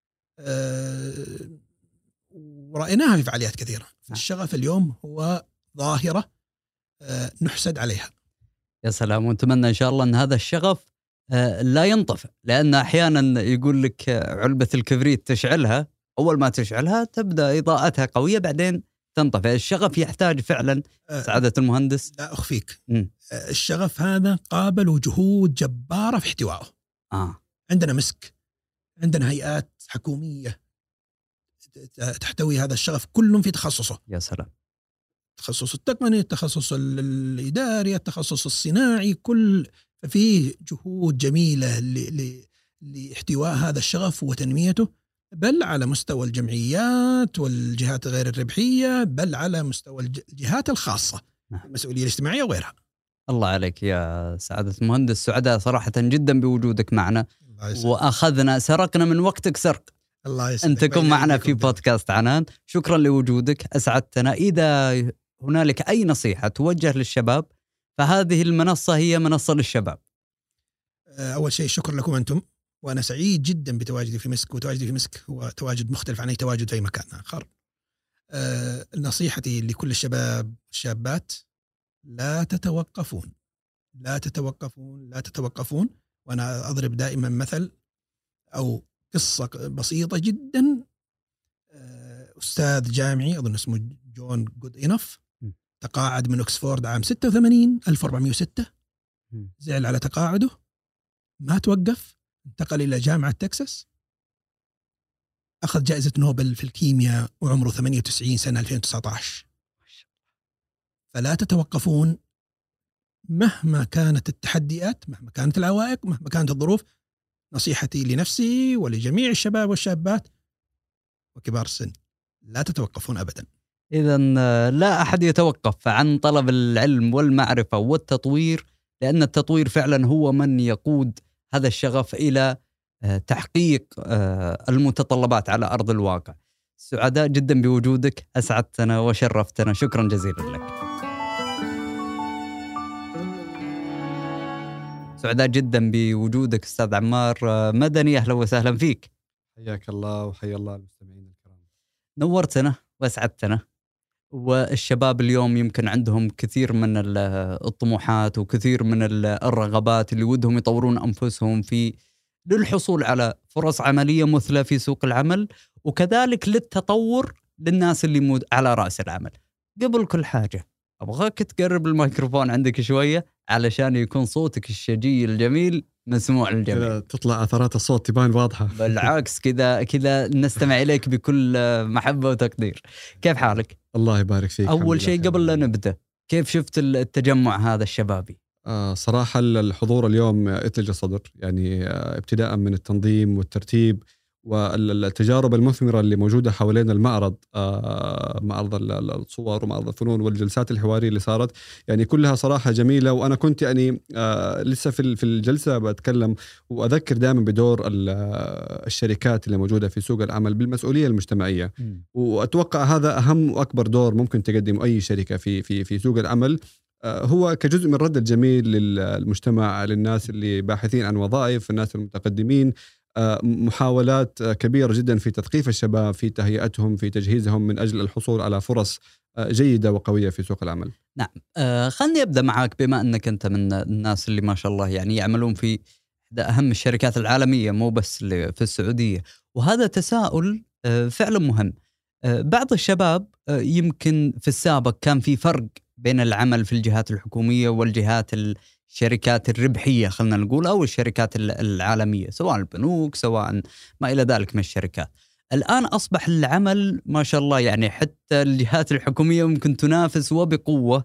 أه ورأيناها في فعاليات كثيرة. الشغف اليوم هو ظاهرة أه نحسد عليها. يا سلام. ونتمنى إن شاء الله أن هذا الشغف أه لا ينطفئ، لأن أحيانا يقول لك علبة الكبريت تشعلها، أول ما تشعلها تبدأ إضاءتها قوية بعدين تنطفئ. الشغف يحتاج فعلا سعادة المهندس. لا أخفيك، م. الشغف هذا قابل جهود جبارة في احتوائه. آه. عندنا مسك، عندنا هيئات حكومية تحتوي هذا الشغف كلهم في تخصصه. يا سلام. التخصص التقني، التخصص الإداري، التخصص الصناعي، كل فيه جهود جميلة لاحتواء هذا الشغف وتنميته، بل على مستوى الجمعيات والجهات غير الربحية، بل على مستوى الجهات الخاصة، المسؤولية الاجتماعية وغيرها. الله عليك يا سعادة المهندس، سعداء صراحة جدا بوجودك معنا، وأخذنا سرقنا من وقتك سرق. الله يسعدك. أنت تكون معنا في بودكاست عنان. شكرا لوجودك، أسعدتنا. إذا هنالك أي نصيحة توجه للشباب فهذه المنصة هي منصة للشباب. أول شيء شكرا لكم أنتم، وأنا سعيد جدا بتواجدي في مسك، وتواجدي في مسك هو تواجد مختلف عن أي تواجد في أي مكان آخر. أه نصيحتي لكل الشباب والشابات: لا تتوقفون لا تتوقفون لا تتوقفون وأنا أضرب دائما مثل أو قصة بسيطة جدا. أه أستاذ جامعي أظن اسمه جون جود إنف تقاعد من أكسفورد عام ستة وثمانين ألف وأربعمائة وستة، زعل على تقاعده، ما توقف، انتقل إلى جامعة تكساس، أخذ جائزة نوبل في الكيمياء وعمره ثمانية وتسعين سنة ألفين وتسعة عشر. فلا تتوقفون مهما كانت التحديات، مهما كانت العوائق، مهما كانت الظروف. نصيحتي لنفسي ولجميع الشباب والشابات وكبار السن: لا تتوقفون أبدا. إذن لا أحد يتوقف عن طلب العلم والمعرفة والتطوير، لأن التطوير فعلا هو من يقود هذا الشغف إلى تحقيق المتطلبات على أرض الواقع. سعداء جدا بوجودك، أسعدتنا وشرفتنا، شكرا جزيلا لك. سعداء جدا بوجودك أستاذ عمار مدني، أهلا وسهلا فيك. حياك الله وحيا الله المستمعين الكرام. نورتنا وأسعدتنا. والشباب اليوم يمكن عندهم كثير من الطموحات وكثير من الرغبات اللي ودهم يطورون أنفسهم في للحصول على فرص عملية مثلى في سوق العمل، وكذلك للتطور للناس اللي على رأس العمل. قبل كل حاجة أبغاك تقرب الميكروفون عندك شوية علشان يكون صوتك الشجي الجميل مسموع للجميع. تطلع أثرات الصوت تبان واضحة. بالعكس كذا كذا نستمع إليك بكل محبة وتقدير. كيف حالك؟ الله يبارك فيك. أول شيء قبل لا نبدأ، كيف شفت التجمع هذا الشبابي؟ آه صراحة الحضور اليوم يثلج الصدر، يعني آه ابتداء من التنظيم والترتيب والتجارب المثمرة اللي موجودة حوالين المعرض، آه معرض الصور ومعرض الفنون والجلسات الحوارية اللي صارت، يعني كلها صراحة جميلة. وأنا كنت يعني آه لسه في في الجلسة بتكلم وأذكر دائما بدور الشركات اللي موجودة في سوق العمل بالمسؤولية المجتمعية، م. وأتوقع هذا أهم وأكبر دور ممكن تقدم أي شركة في في في سوق العمل، هو كجزء من الرد الجميل للمجتمع، للناس اللي باحثين عن وظائف، الناس المتقدمين، محاولات كبيرة جدا في تثقيف الشباب، في تهيئتهم، في تجهيزهم من أجل الحصول على فرص جيدة وقوية في سوق العمل. نعم. آه خلني أبدأ معك، بما أنك أنت من الناس اللي ما شاء الله يعني يعملون في أهم الشركات العالمية مو بس اللي في السعودية، وهذا تساؤل آه فعلا مهم. آه بعض الشباب آه يمكن في السابق كان في فرق بين العمل في الجهات الحكومية والجهات الشركات الربحية خلنا نقول، أو الشركات العالمية، سواء البنوك سواء ما إلى ذلك من الشركات. الآن أصبح العمل ما شاء الله يعني حتى الجهات الحكومية ممكن تنافس وبقوة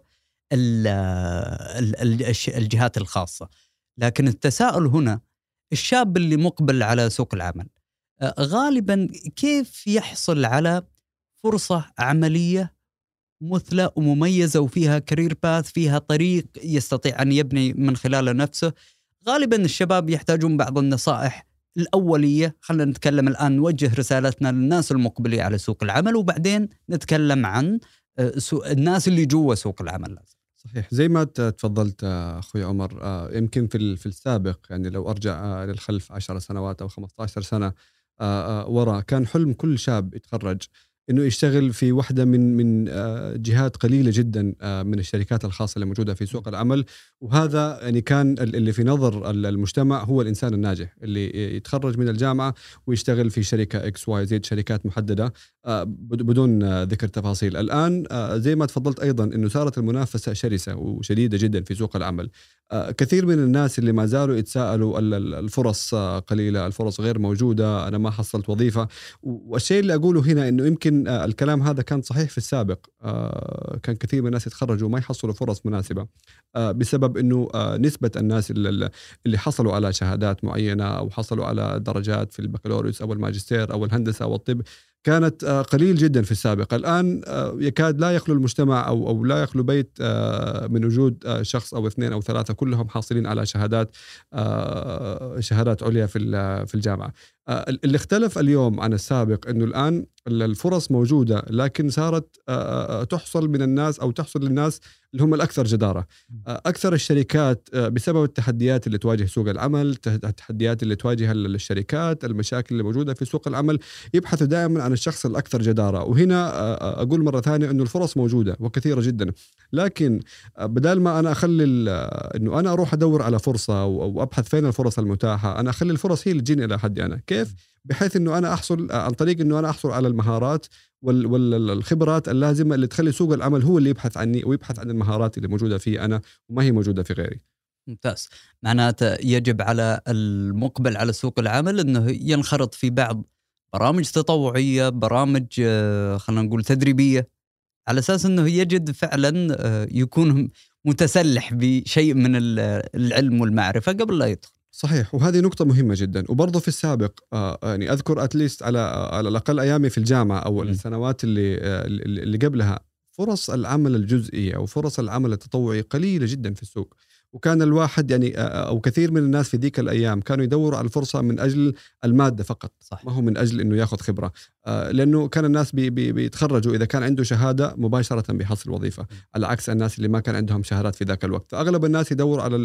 الجهات الخاصة. لكن التساؤل هنا، الشاب اللي مقبل على سوق العمل غالبا كيف يحصل على فرصة عملية مثلى ومميزة وفيها كارير باث، فيها طريق يستطيع أن يبني من خلاله نفسه؟ غالبا الشباب يحتاجون بعض النصائح الأولية. خلينا نتكلم الآن، نوجه رسالتنا للناس المقبلين على سوق العمل، وبعدين نتكلم عن الناس اللي جوا سوق العمل. صحيح، زي ما تفضلت أخوي عمر، يمكن في في السابق يعني لو أرجع للخلف عشر سنوات أو خمسة عشر سنة وراء، كان حلم كل شاب يتخرج إنه يشتغل في واحدة من من جهات قليلة جدا من الشركات الخاصة اللي موجودة في سوق العمل. وهذا يعني كان اللي في نظر المجتمع هو الإنسان الناجح اللي يتخرج من الجامعة ويشتغل في شركة إكس واي زد، شركات محددة بدون ذكر تفاصيل. الآن زي ما تفضلت أيضا إنه صارت المنافسة شرسة وشديدة جدا في سوق العمل. كثير من الناس اللي ما زالوا يتساءلوا الفرص قليلة، الفرص غير موجودة، أنا ما حصلت وظيفة. والشيء اللي أقوله هنا إنه يمكن الكلام هذا كان صحيح في السابق، كان كثير من الناس يتخرجوا وما يحصلوا فرص مناسبة بسبب إنه نسبة الناس اللي حصلوا على شهادات معينة أو حصلوا على درجات في البكالوريوس أو الماجستير أو الهندسة أو الطب كانت قليل جدا في السابق. الآن يكاد لا يخلو المجتمع أو أو لا يخلو بيت من وجود شخص أو اثنين أو ثلاثة كلهم حاصلين على شهادات شهادات عليا في في الجامعة. اللي اختلف اليوم عن السابق إنه الآن الفرص موجودة، لكن صارت تحصل من الناس أو تحصل للناس اللي هم الأكثر جدارة. أكثر الشركات بسبب التحديات اللي تواجه سوق العمل، التحديات اللي تواجه الشركات، المشاكل اللي موجودة في سوق العمل، يبحثوا دائما عن الشخص الأكثر جدارة. وهنا أقول مرة ثانية إنه الفرص موجودة وكثيرة جدا، لكن بدل ما أنا أخلي إنه أنا أروح أدور على فرصة أو أبحث فين الفرص المتاحة، أنا أخلي الفرص هي اللي تجيني إلى حدي أنا. كيف؟ بحيث إنه أنا أحصل عن طريق إنه أنا أحصل على المهارات والخبرات اللازمة اللي تخلي سوق العمل هو اللي يبحث عني ويبحث عن المهارات اللي موجودة في أنا وما هي موجودة في غيري. ممتاز. معناته يجب على المقبل على سوق العمل أنه ينخرط في بعض برامج تطوعية، برامج خلينا نقول تدريبية، على أساس أنه يجد فعلا يكون متسلح بشيء من العلم والمعرفة قبل لا يدخل. صحيح، وهذه نقطة مهمة جدا. وبرضه في السابق آه يعني أذكر أتليست على على الأقل أيامي في الجامعة أو م. السنوات اللي آه اللي قبلها، فرص العمل الجزئي أو فرص العمل التطوعي قليلة جدا في السوق. وكان الواحد يعني أو كثير من الناس في ذيك الأيام كانوا يدوروا على الفرصة من أجل المادة فقط. صح. ما هو من أجل إنه يأخذ خبرة، آه لأنه كان الناس بي بي بيتخرجوا إذا كان عنده شهادة مباشرة بيحصل وظيفة، م. على عكس الناس اللي ما كان عندهم شهادات في ذاك الوقت. فأغلب الناس يدور على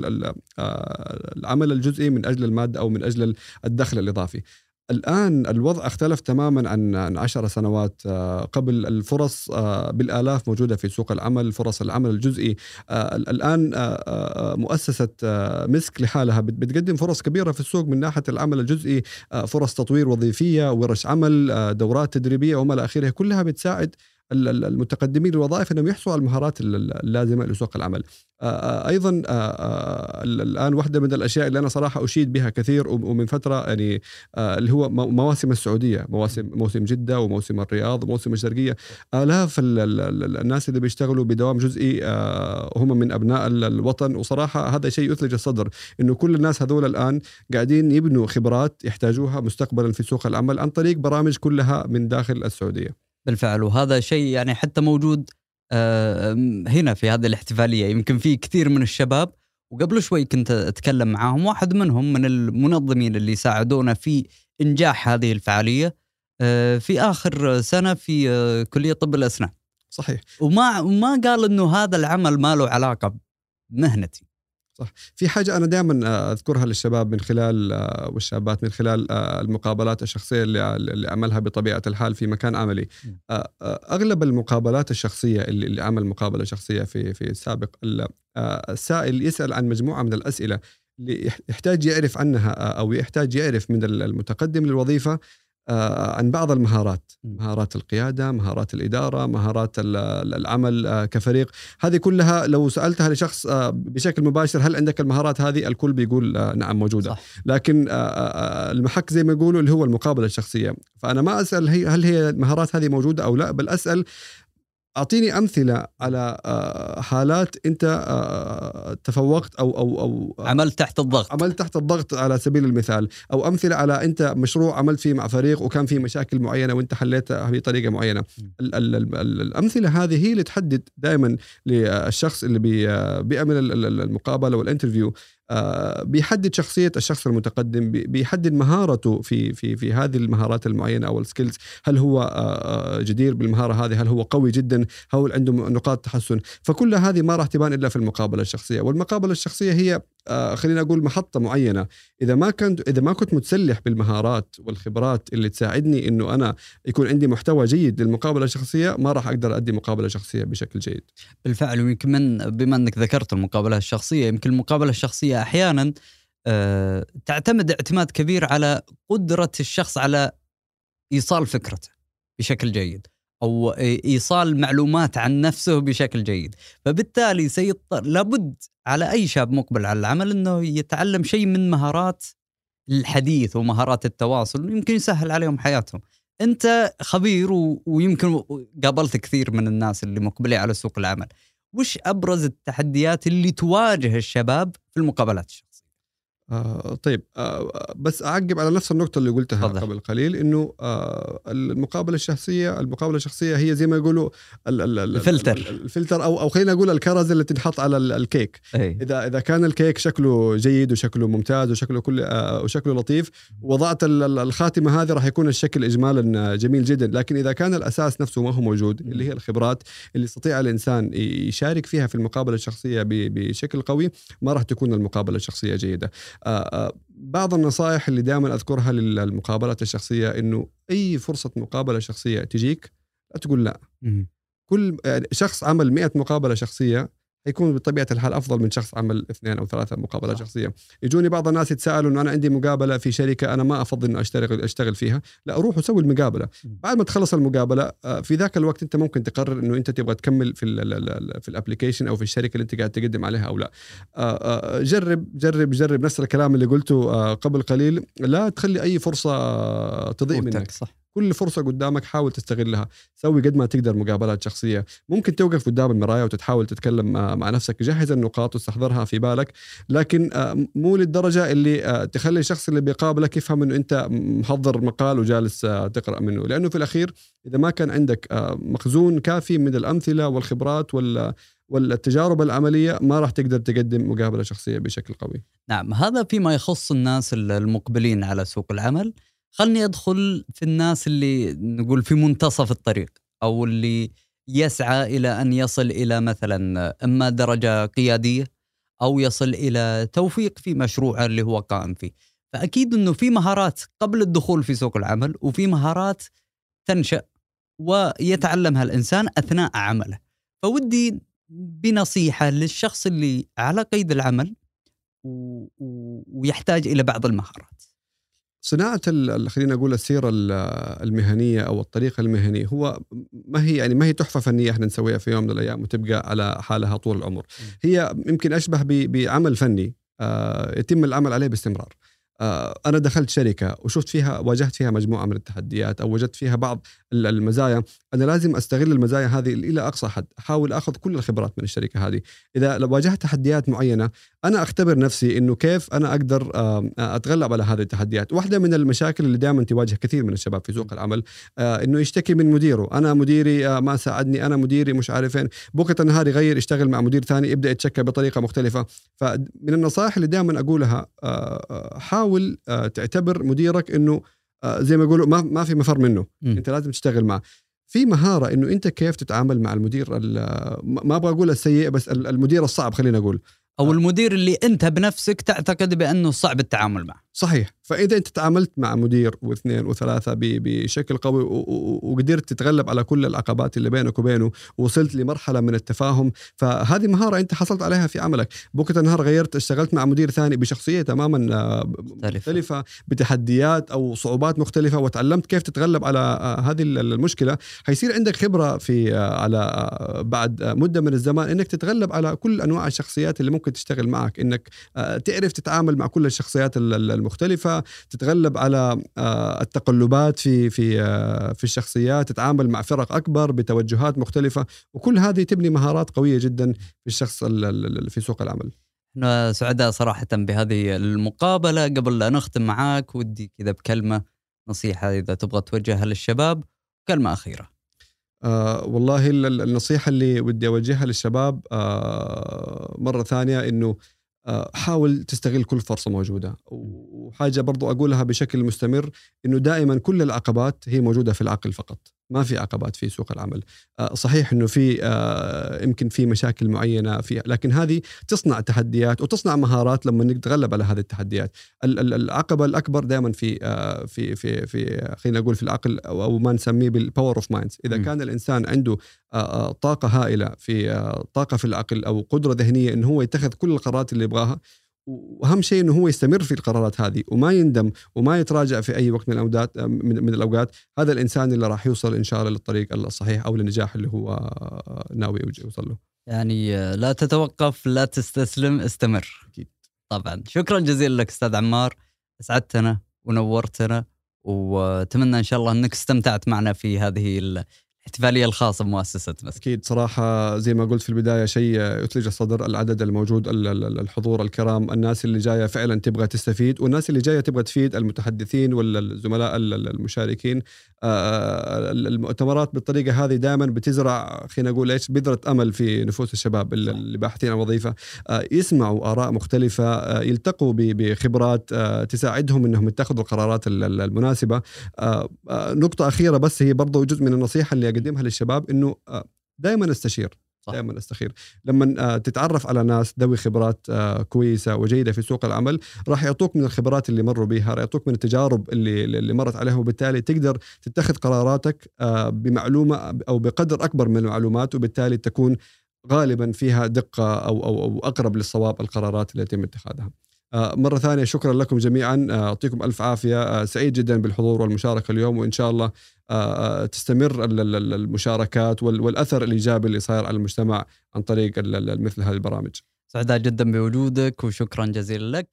العمل الجزئي من أجل المادة أو من أجل الدخل الإضافي. الآن الوضع اختلف تماما عن عشر سنوات قبل. الفرص بالآلاف موجودة في سوق العمل، فرص العمل الجزئي. الآن مؤسسة مسك لحالها بتقدم فرص كبيرة في السوق من ناحية العمل الجزئي، فرص تطوير وظيفية، ورش عمل، دورات تدريبية وما إلى آخره، كلها بتساعد المتقدمين للوظائف أنهم يحصلوا على المهارات اللازمة لسوق العمل. أيضا الآن واحدة من الأشياء اللي أنا صراحة أشيد بها كثير ومن فترة يعني اللي هو مواسم السعودية، مواسم موسم جدة وموسم الرياض وموسم الشرقية. آلاف الناس اللي بيشتغلوا بدوام جزئي هم من أبناء الوطن، وصراحة هذا شيء يثلج الصدر إنه كل الناس هذول الآن قاعدين يبنوا خبرات يحتاجوها مستقبلا في سوق العمل عن طريق برامج كلها من داخل السعودية. بالفعل، وهذا شيء يعني حتى موجود هنا في هذه الاحتفالية. يمكن في كثير من الشباب، وقبل شوي كنت أتكلم معهم، واحد منهم من المنظمين اللي ساعدونا في إنجاح هذه الفعالية في آخر سنة في كلية طب الأسنان. صحيح. وما ما قال إنه هذا العمل ما له علاقة بمهنتي. صح. في حاجة أنا دائما أذكرها للشباب من خلال والشابات من خلال المقابلات الشخصية اللي اللي عملها بطبيعة الحال في مكان عملي. أغلب المقابلات الشخصية اللي اللي عمل مقابلة شخصية في في السابق، السائل يسأل عن مجموعة من الأسئلة اللي يحتاج يعرف عنها أو يحتاج يعرف من المتقدم للوظيفة عن بعض المهارات، مهارات القيادة، مهارات الإدارة، مهارات العمل كفريق. هذه كلها لو سألتها لشخص بشكل مباشر هل عندك المهارات هذه، الكل بيقول نعم موجودة. صح. لكن المحك زي ما يقولوا اللي هو المقابلة الشخصية، فأنا ما أسأل هل هي المهارات هذه موجودة أو لا، بل أسأل أعطيني أمثلة على حالات أنت تفوقت أو أو أو عملت تحت الضغط عملت تحت الضغط على سبيل المثال، أو أمثلة على أنت مشروع عملت فيه مع فريق وكان فيه مشاكل معينة وأنت حليتها بطريقة معينة. ال ال ال الأمثلة هذه هي اللي تحدد دائما للشخص اللي بي بيعمل المقابلة والانترفيو، بيحدد شخصية الشخص المتقدم، بيحدد مهارته في في في هذه المهارات المعينة أو السكيلز. هل هو جدير بالمهارة هذه؟ هل هو قوي جدا؟ هل عنده نقاط تحسن؟ فكل هذه ما راح تبان إلا في المقابلة الشخصية. والمقابلة الشخصية هي خلينا أقول محطة معينة. إذا ما كنت إذا ما كنت متسلح بالمهارات والخبرات اللي تساعدني إنه أنا يكون عندي محتوى جيد للمقابلة الشخصية، ما راح أقدر أدي مقابلة شخصية بشكل جيد. بالفعل. ويمكن من بما أنك ذكرت المقابلة الشخصية، يمكن المقابلة الشخصية أحيانا أه تعتمد اعتماد كبير على قدرة الشخص على إيصال فكرته بشكل جيد أو إيصال معلومات عن نفسه بشكل جيد. فبالتالي سيضطر لابد على أي شاب مقبل على العمل أنه يتعلم شيء من مهارات الحديث ومهارات التواصل، يمكن يسهل عليهم حياتهم. أنت خبير ويمكن قابلت كثير من الناس اللي مقبلين على سوق العمل، وش أبرز التحديات اللي تواجه الشباب في المقابلات الشخصية؟ آه طيب آه بس أعقب على نفس النقطة اللي قلتها فضل. قبل قليل إنه آه المقابلة الشخصية المقابلة الشخصية هي زي ما يقولوا الفلتر الفلتر أو أو خلينا نقول الكرز اللي تنحط على الكيك. أي. إذا إذا كان الكيك شكله جيد وشكله ممتاز وشكله كل آه وشكله لطيف، وضعت الخاتمة هذه راح يكون الشكل إجمالا جميل جدا. لكن إذا كان الأساس نفسه ما هو موجود، اللي هي الخبرات اللي يستطيع الإنسان يشارك فيها في المقابلة الشخصية بشكل قوي، ما راح تكون المقابلة الشخصية جيدة. آه بعض النصائح اللي دائما أذكرها للمقابلات الشخصية إنه أي فرصة مقابلة شخصية تجيك لا تقول لا. م- كل شخص عمل مئة مقابلة شخصية يكون بطبيعة الحال أفضل من شخص عمل اثنين أو ثلاثة مقابلة صح. شخصية. يجوني بعض الناس يتساءلوا إنه أنا عندي مقابلة في شركة أنا ما أفضل إنه أشتغل أشتغل فيها، لا أروح وسوي المقابلة. بعد ما تخلص المقابلة في ذاك الوقت أنت ممكن تقرر إنه أنت تبغى تكمل في ال في الابليكيشن أو في الشركة اللي أنت قاعد تقدم عليها أو لا. جرب جرب جرب نفس الكلام اللي قلته قبل قليل، لا تخلي أي فرصة تضيع منك. صح. كل فرصة قدامك حاول تستغلها، سوي قد ما تقدر مقابلات شخصية. ممكن توقف قدام المراية وتتحاول تتكلم مع نفسك، جهز النقاط وتستحضرها في بالك، لكن مو للدرجة اللي تخلي الشخص اللي بيقابلك يفهم أنه أنت محضر مقال وجالس تقرأ منه. لأنه في الأخير إذا ما كان عندك مخزون كافي من الأمثلة والخبرات وال والتجارب العملية، ما راح تقدر تقدم مقابلة شخصية بشكل قوي. نعم، هذا فيما يخص الناس المقبلين على سوق العمل. خلني أدخل في الناس اللي نقول في منتصف الطريق، أو اللي يسعى إلى أن يصل إلى مثلا إما درجة قيادية أو يصل إلى توفيق في مشروعه اللي هو قائم فيه. فأكيد أنه في مهارات قبل الدخول في سوق العمل، وفي مهارات تنشأ ويتعلمها الإنسان أثناء عمله. فودي بنصيحة للشخص اللي على قيد العمل و... ويحتاج إلى بعض المهارات. صناعة خلينا نقول السيرة المهنية أو الطريقة المهنية هو ما هي يعني ما هي تحفة فنية احنا نسويها في يوم من الأيام وتبقى على حالها طول العمر. هي يمكن أشبه بعمل فني يتم العمل عليه باستمرار. أنا دخلت شركة وشفت فيها واجهت فيها مجموعة من التحديات أو وجدت فيها بعض المزايا، أنا لازم أستغل المزايا هذه إلى أقصى حد، أحاول أخذ كل الخبرات من الشركة هذه. إذا واجهت تحديات معينة أنا أختبر نفسي إنه كيف أنا أقدر أتغلب على هذه التحديات. واحدة من المشاكل اللي دائما تواجه كثير من الشباب في سوق العمل إنه يشتكي من مديره، أنا مديري ما ساعدني، أنا مديري مش عارفين، بكرة النهار يغير يشتغل مع مدير ثاني يبدأ يتشكى بطريقة مختلفة. فمن النصائح اللي دائما أقولها حاول تعتبر مديرك إنه زي ما يقولوا ما ما في مفر منه، م. أنت لازم تشتغل معه. في مهارة إنه أنت كيف تتعامل مع المدير، ما أبغى أقول السيء بس المدير الصعب خلينا أقول، أو المدير اللي أنت بنفسك تعتقد بأنه صعب التعامل معه. صحيح. فإذا أنت تعاملت مع مدير واثنين وثلاثة بشكل قوي وقدرت تتغلب على كل العقبات اللي بينك وبينه ووصلت لمرحلة من التفاهم، فهذه مهارة أنت حصلت عليها في عملك. بكرة النهار غيرت اشتغلت مع مدير ثاني بشخصية تماما مختلفة بتحديات أو صعوبات مختلفة وتعلمت كيف تتغلب على هذه المشكلة، هيصير عندك خبرة في على بعد مدة من الزمان إنك تتغلب على كل أنواع الشخصيات اللي ممكن تشتغل معك، إنك تعرف تتعامل مع كل الشخصيات المختلفة، تتغلب على التقلبات في في في الشخصيات، تتعامل مع فرق أكبر بتوجهات مختلفة، وكل هذه تبني مهارات قوية جدا في الشخص في سوق العمل. أنا سعداء صراحة بهذه المقابلة. قبل لا نختم معاك ودي كذا بكلمة نصيحة إذا تبغى توجهها للشباب، كلمة أخيرة. آه والله النصيحة اللي ودي أوجهها للشباب آه مرة ثانية إنه آه حاول تستغل كل فرصة موجودة، وحاجة برضو أقولها بشكل مستمر إنه دائما كل العقبات هي موجودة في العقل فقط، ما في عقبات في سوق العمل. آه صحيح إنه في آه يمكن في مشاكل معينة فيها، لكن هذه تصنع تحديات وتصنع مهارات لما نتغلب على هذه التحديات. العقبة الأكبر دائما في آه في في في خلينا نقول في العقل أو ما نسميه بالباور اوف مايندز. إذا م. كان الإنسان عنده آه طاقة هائلة في آه طاقة في العقل أو قدرة ذهنية إنه هو يتخذ كل القرارات اللي يبغاها، وأهم شيء إنه هو يستمر في القرارات هذه وما يندم وما يتراجع في أي وقت من الأوقات من, من الأوقات، هذا الإنسان اللي راح يوصل إن شاء الله للطريق الصحيح أو للنجاح اللي هو ناوي يوصل له. يعني لا تتوقف، لا تستسلم، استمر. أكيد. طبعا. شكرا جزيلا لك أستاذ عمار، أسعدتنا ونورتنا، وأتمنى إن شاء الله أنك استمتعت معنا في هذه الاحتفالية الخاصة بمؤسسة مسك. أكيد صراحة زي ما قلت في البداية شيء يثلج الصدر، العدد الموجود، الحضور الكرام، الناس اللي جاية فعلا تبغى تستفيد، والناس اللي جاية تبغى تفيد المتحدثين والزملاء المشاركين. المؤتمرات بالطريقة هذه دائما بتزرع خلينا نقول إيش بذرة أمل في نفوس الشباب اللي باحثين عن وظيفة، يسمعوا آراء مختلفة، يلتقوا بخبرات تساعدهم إنهم يتخذوا القرارات المناسبة. نقطة أخيرة بس هي برضو جزء من النصيحة اللي أقدمها للشباب، إنه دائما استشير، دائما استخير. لما تتعرف على ناس ذوي خبرات كويسة وجيدة في سوق العمل، راح يعطوك من الخبرات اللي مروا بها، راح يعطوك من التجارب اللي اللي مرت عليها، وبالتالي تقدر تتخذ قراراتك بمعلومة أو بقدر أكبر من المعلومات، وبالتالي تكون غالبا فيها دقة أو أو أو أقرب للصواب القرارات اللي يتم اتخاذها. مرة ثانية شكرا لكم جميعا، أعطيكم ألف عافية، سعيد جدا بالحضور والمشاركة اليوم، وإن شاء الله تستمر المشاركات والأثر الإيجابي اللي صاير على المجتمع عن طريق مثل هذه البرامج. سعداء جدا بوجودك وشكرا جزيلا لك.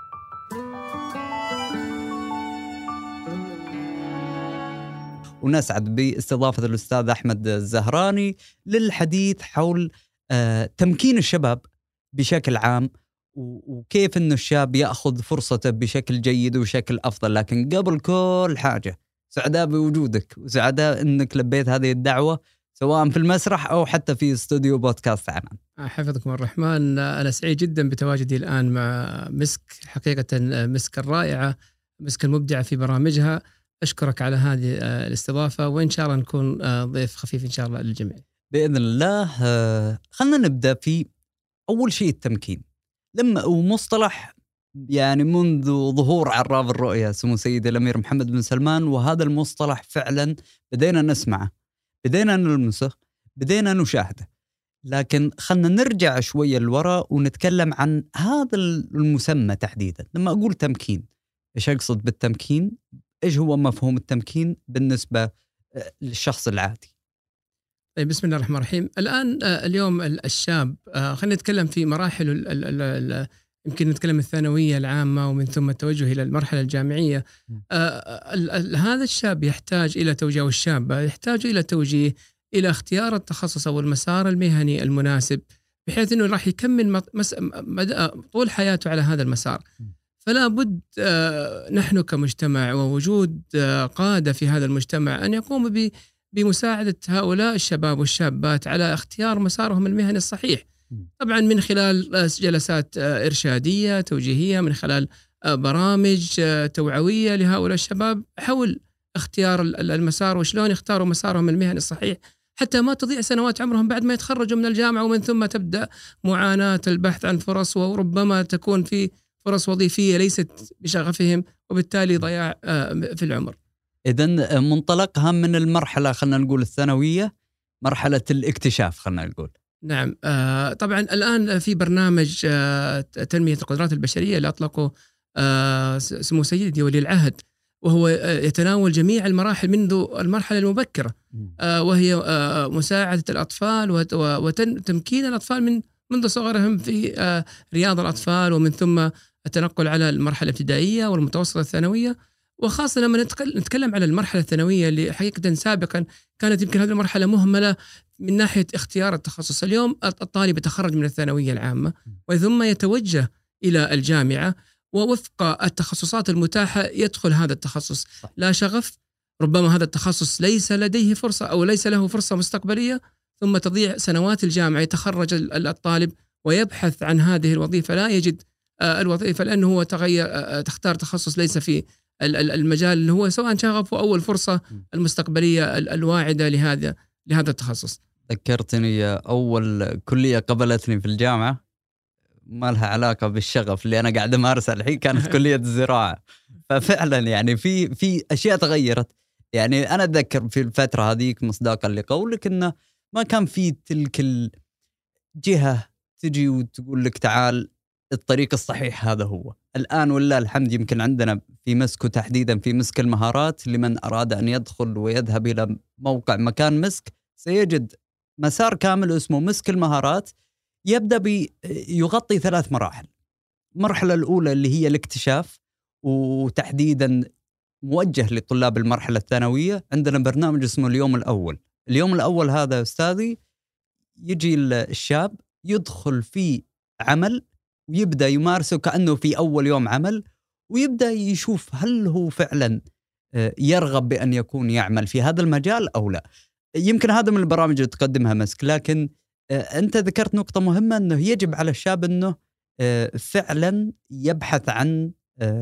ونسعد باستضافة الأستاذ أحمد الزهراني للحديث حول تمكين الشباب بشكل عام، وكيف أن الشاب يأخذ فرصته بشكل جيد وشكل أفضل. لكن قبل كل حاجة سعداء بوجودك، وسعداء أنك لبيت هذه الدعوة سواء في المسرح أو حتى في استوديو بودكاست عنان. حفظكم الرحمن. أنا سعيد جدا بتواجدي الآن مع مسك، حقيقة مسك الرائعة، مسك المبدعة في برامجها. أشكرك على هذه الاستضافة، وإن شاء الله نكون ضيف خفيف إن شاء الله للجميع بإذن الله. خلنا نبدأ في أول شيء التمكين، لما ومصطلح يعني منذ ظهور عراب الرؤية سمو سيدي الأمير محمد بن سلمان، وهذا المصطلح فعلا بدينا نسمعه، بدينا نلمسه، بدينا نشاهده. لكن خلنا نرجع شوية للوراء ونتكلم عن هذا المسمى تحديدا. لما أقول تمكين، إيش أقصد بالتمكين؟ إيش هو مفهوم التمكين بالنسبة للشخص العادي؟ طيب، بسم الله الرحمن الرحيم. الآن اليوم الشاب، خلينا نتكلم في مراحل ال ال ال يمكن نتكلم الثانوية العامة ومن ثم التوجه إلى المرحلة الجامعية. ال ال هذا الشاب يحتاج إلى توجيه، والشابة يحتاج إلى توجيه إلى اختيار التخصص أو المسار المهني المناسب، بحيث أنه راح يكمل طول حياته على هذا المسار. فلا بد نحن كمجتمع ووجود قادة في هذا المجتمع أن يقوموا بمساعدة هؤلاء الشباب والشابات على اختيار مسارهم المهني الصحيح، طبعا من خلال جلسات إرشادية توجيهية، من خلال برامج توعوية لهؤلاء الشباب حول اختيار المسار وشلون يختاروا مسارهم المهني الصحيح، حتى ما تضيع سنوات عمرهم بعد ما يتخرجوا من الجامعة، ومن ثم تبدأ معاناة البحث عن فرص، وربما تكون في فرص وظيفية ليست بشغفهم، وبالتالي ضياع في العمر. إذن منطلقها من المرحلة خلنا نقول الثانوية، مرحلة الاكتشاف خلنا نقول. نعم. آه طبعا الآن في برنامج آه تنمية القدرات البشرية اللي أطلقه آه سمو سيدي ولي العهد، وهو آه يتناول جميع المراحل منذ المرحلة المبكرة، آه وهي آه مساعدة الأطفال وتمكين الأطفال من منذ صغرهم في آه رياض الأطفال، ومن ثم التنقل على المرحلة الابتدائية والمتوسطة الثانوية. وخاصة لما نتكلم على المرحلة الثانوية اللي حقيقة سابقا كانت يمكن هذه المرحلة مهملة من ناحية اختيار التخصص. اليوم الطالب يتخرج من الثانوية العامة وثم يتوجه إلى الجامعة، ووفق التخصصات المتاحة يدخل هذا التخصص. لا شغف، ربما هذا التخصص ليس لديه فرصة أو ليس له فرصة مستقبلية، ثم تضيع سنوات الجامعة، يتخرج الطالب ويبحث عن هذه الوظيفة لا يجد الوظيفة لأنه هو تغير تختار تخصص ليس في المجال اللي هو سواء شغفه أو الفرصة المستقبلية الواعدة لهذا لهذا التخصص. ذكرتني أول كلية قبلتني في الجامعة ما لها علاقة بالشغف اللي أنا قاعد أمارسها الحين، كانت كلية الزراعة. ففعلا يعني في في أشياء تغيرت. يعني أنا أتذكر في الفترة هذيك مصداقا لقولك إنه ما كان في تلك الجهة تجي وتقول لك تعال الطريق الصحيح هذا هو. الآن والله الحمد يمكن عندنا في مسك، وتحديدا في مسك المهارات، لمن أراد أن يدخل ويذهب إلى موقع مكان مسك سيجد مسار كامل اسمه مسك المهارات، يبدأ بيغطي ثلاث مراحل. المرحلة الأولى اللي هي الاكتشاف، وتحديدا موجه لطلاب المرحلة الثانوية. عندنا برنامج اسمه اليوم الأول. اليوم الأول هذا أستاذي يجي الشاب يدخل في عمل ويبدأ يمارسه كأنه في أول يوم عمل، ويبدأ يشوف هل هو فعلا يرغب بأن يكون يعمل في هذا المجال أو لا. يمكن هذا من البرامج اللي تقدمها مسك، لكن أنت ذكرت نقطة مهمة أنه يجب على الشاب أنه فعلا يبحث عن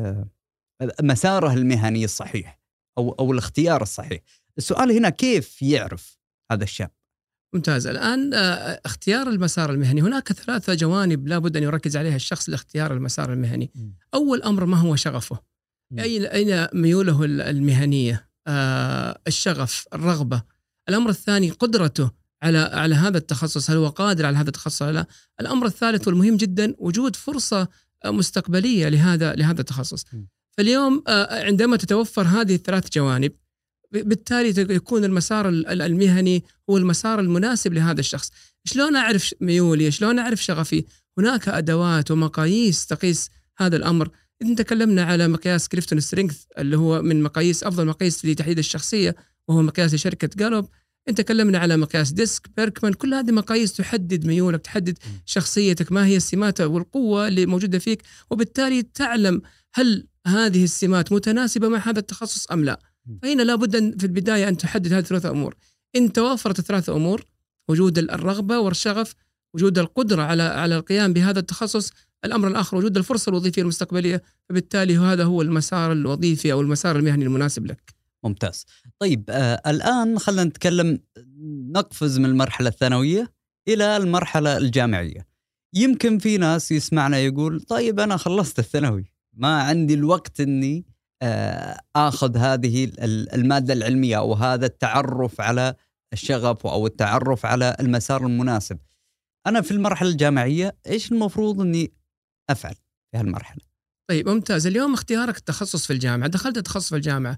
مساره المهني الصحيح أو أو الاختيار الصحيح. السؤال هنا كيف يعرف هذا الشاب؟ ممتاز. الآن اختيار المسار المهني، هناك ثلاثة جوانب لابد أن يركز عليها الشخص لاختيار المسار المهني. م. أول أمر ما هو شغفه؟ م. أين أين ميوله المهنية؟ آه الشغف، الرغبة. الأمر الثاني قدرته على على هذا التخصص، هل هو قادر على هذا التخصص ولا لا؟ الأمر الثالث والمهم جدا وجود فرصة مستقبلية لهذا لهذا التخصص. م. فاليوم آه عندما تتوفر هذه الثلاث جوانب، بالتالي يكون المسار المهني هو المسار المناسب لهذا الشخص. شلون أعرف ميولي؟ شلون أعرف شغفي؟ هناك أدوات ومقاييس تقيس هذا الأمر. إذن تكلمنا على مقياس كليفتون سترينغث اللي هو من مقاييس أفضل مقاييس لتحديد الشخصية، وهو مقياس شركة جالوب. إنت تكلمنا على مقياس ديسك، بيركمان. كل هذه مقاييس تحدد ميولك، تحدد شخصيتك، ما هي السمات والقوة اللي موجودة فيك، وبالتالي تعلم هل هذه السمات متناسبة مع هذا التخصص أم لا. فهنا لابد في البداية أن تحدد هذه الثلاثة أمور. إن توافرت الثلاثة أمور، وجود الرغبة والشغف، وجود القدرة على على القيام بهذا التخصص، الأمر الآخر وجود الفرصة الوظيفية المستقبلية، فبالتالي هذا هو المسار الوظيفي أو المسار المهني المناسب لك. ممتاز. طيب آه الآن خلينا نتكلم، نقفز من المرحلة الثانوية إلى المرحلة الجامعية. يمكن في ناس يسمعنا يقول طيب أنا خلصت الثانوي، ما عندي الوقت إني آخذ هذه المادة العلمية أو هذا التعرف على الشغف أو التعرف على المسار المناسب. أنا في المرحلة الجامعية إيش المفروض أني أفعل في هالمرحلة؟ طيب ممتاز. اليوم اختيارك التخصص في الجامعة، دخلت التخصص في الجامعة،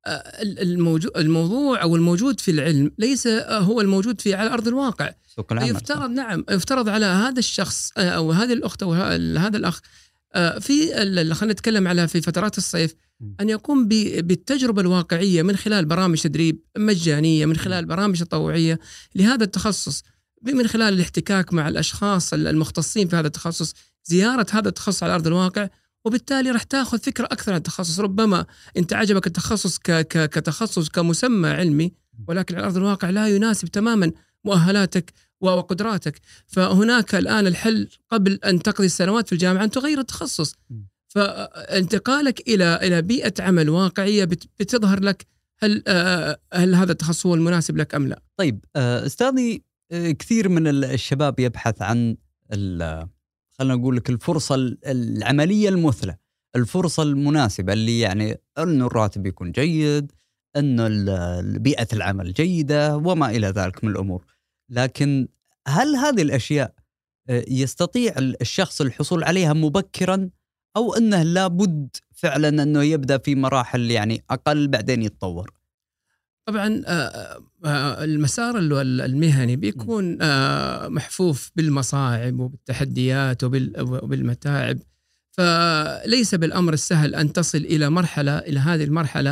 الموضوع أو الموجود في العلم ليس هو الموجود في على أرض الواقع. يفترض نعم يفترض على هذا الشخص أو هذه الأخت أو هذا الأخ في خلينا نتكلم على في فترات الصيف أن يقوم بالتجربة الواقعية من خلال برامج تدريب مجانية، من خلال برامج تطوعية لهذا التخصص، من خلال الاحتكاك مع الأشخاص المختصين في هذا التخصص، زيارة هذا التخصص على أرض الواقع، وبالتالي راح تأخذ فكرة أكثر عن التخصص. ربما أنت عجبك التخصص كتخصص كمسمى علمي، ولكن على أرض الواقع لا يناسب تماما مؤهلاتك وقدراتك. فهناك الآن الحل قبل أن تقضي السنوات في الجامعة أن تغير التخصص. فانتقالك إلى إلى بيئة عمل واقعية بتظهر لك هل هل هذا التخصص هو المناسب لك أم لا؟ طيب أستاذي، كثير من الشباب يبحث عن خلنا نقول لك الفرصة العملية المثلى، الفرصة المناسبة اللي يعني أنه الراتب يكون جيد، أنه بيئة العمل جيدة وما إلى ذلك من الأمور. لكن هل هذه الأشياء يستطيع الشخص الحصول عليها مبكرا، أو أنه لابد فعلا أنه يبدأ في مراحل يعني أقل بعدين يتطور؟ طبعا المسار المهني بيكون محفوف بالمصاعب وبالتحديات وبالمتاعب، فليس بالأمر السهل أن تصل إلى مرحلة إلى هذه المرحلة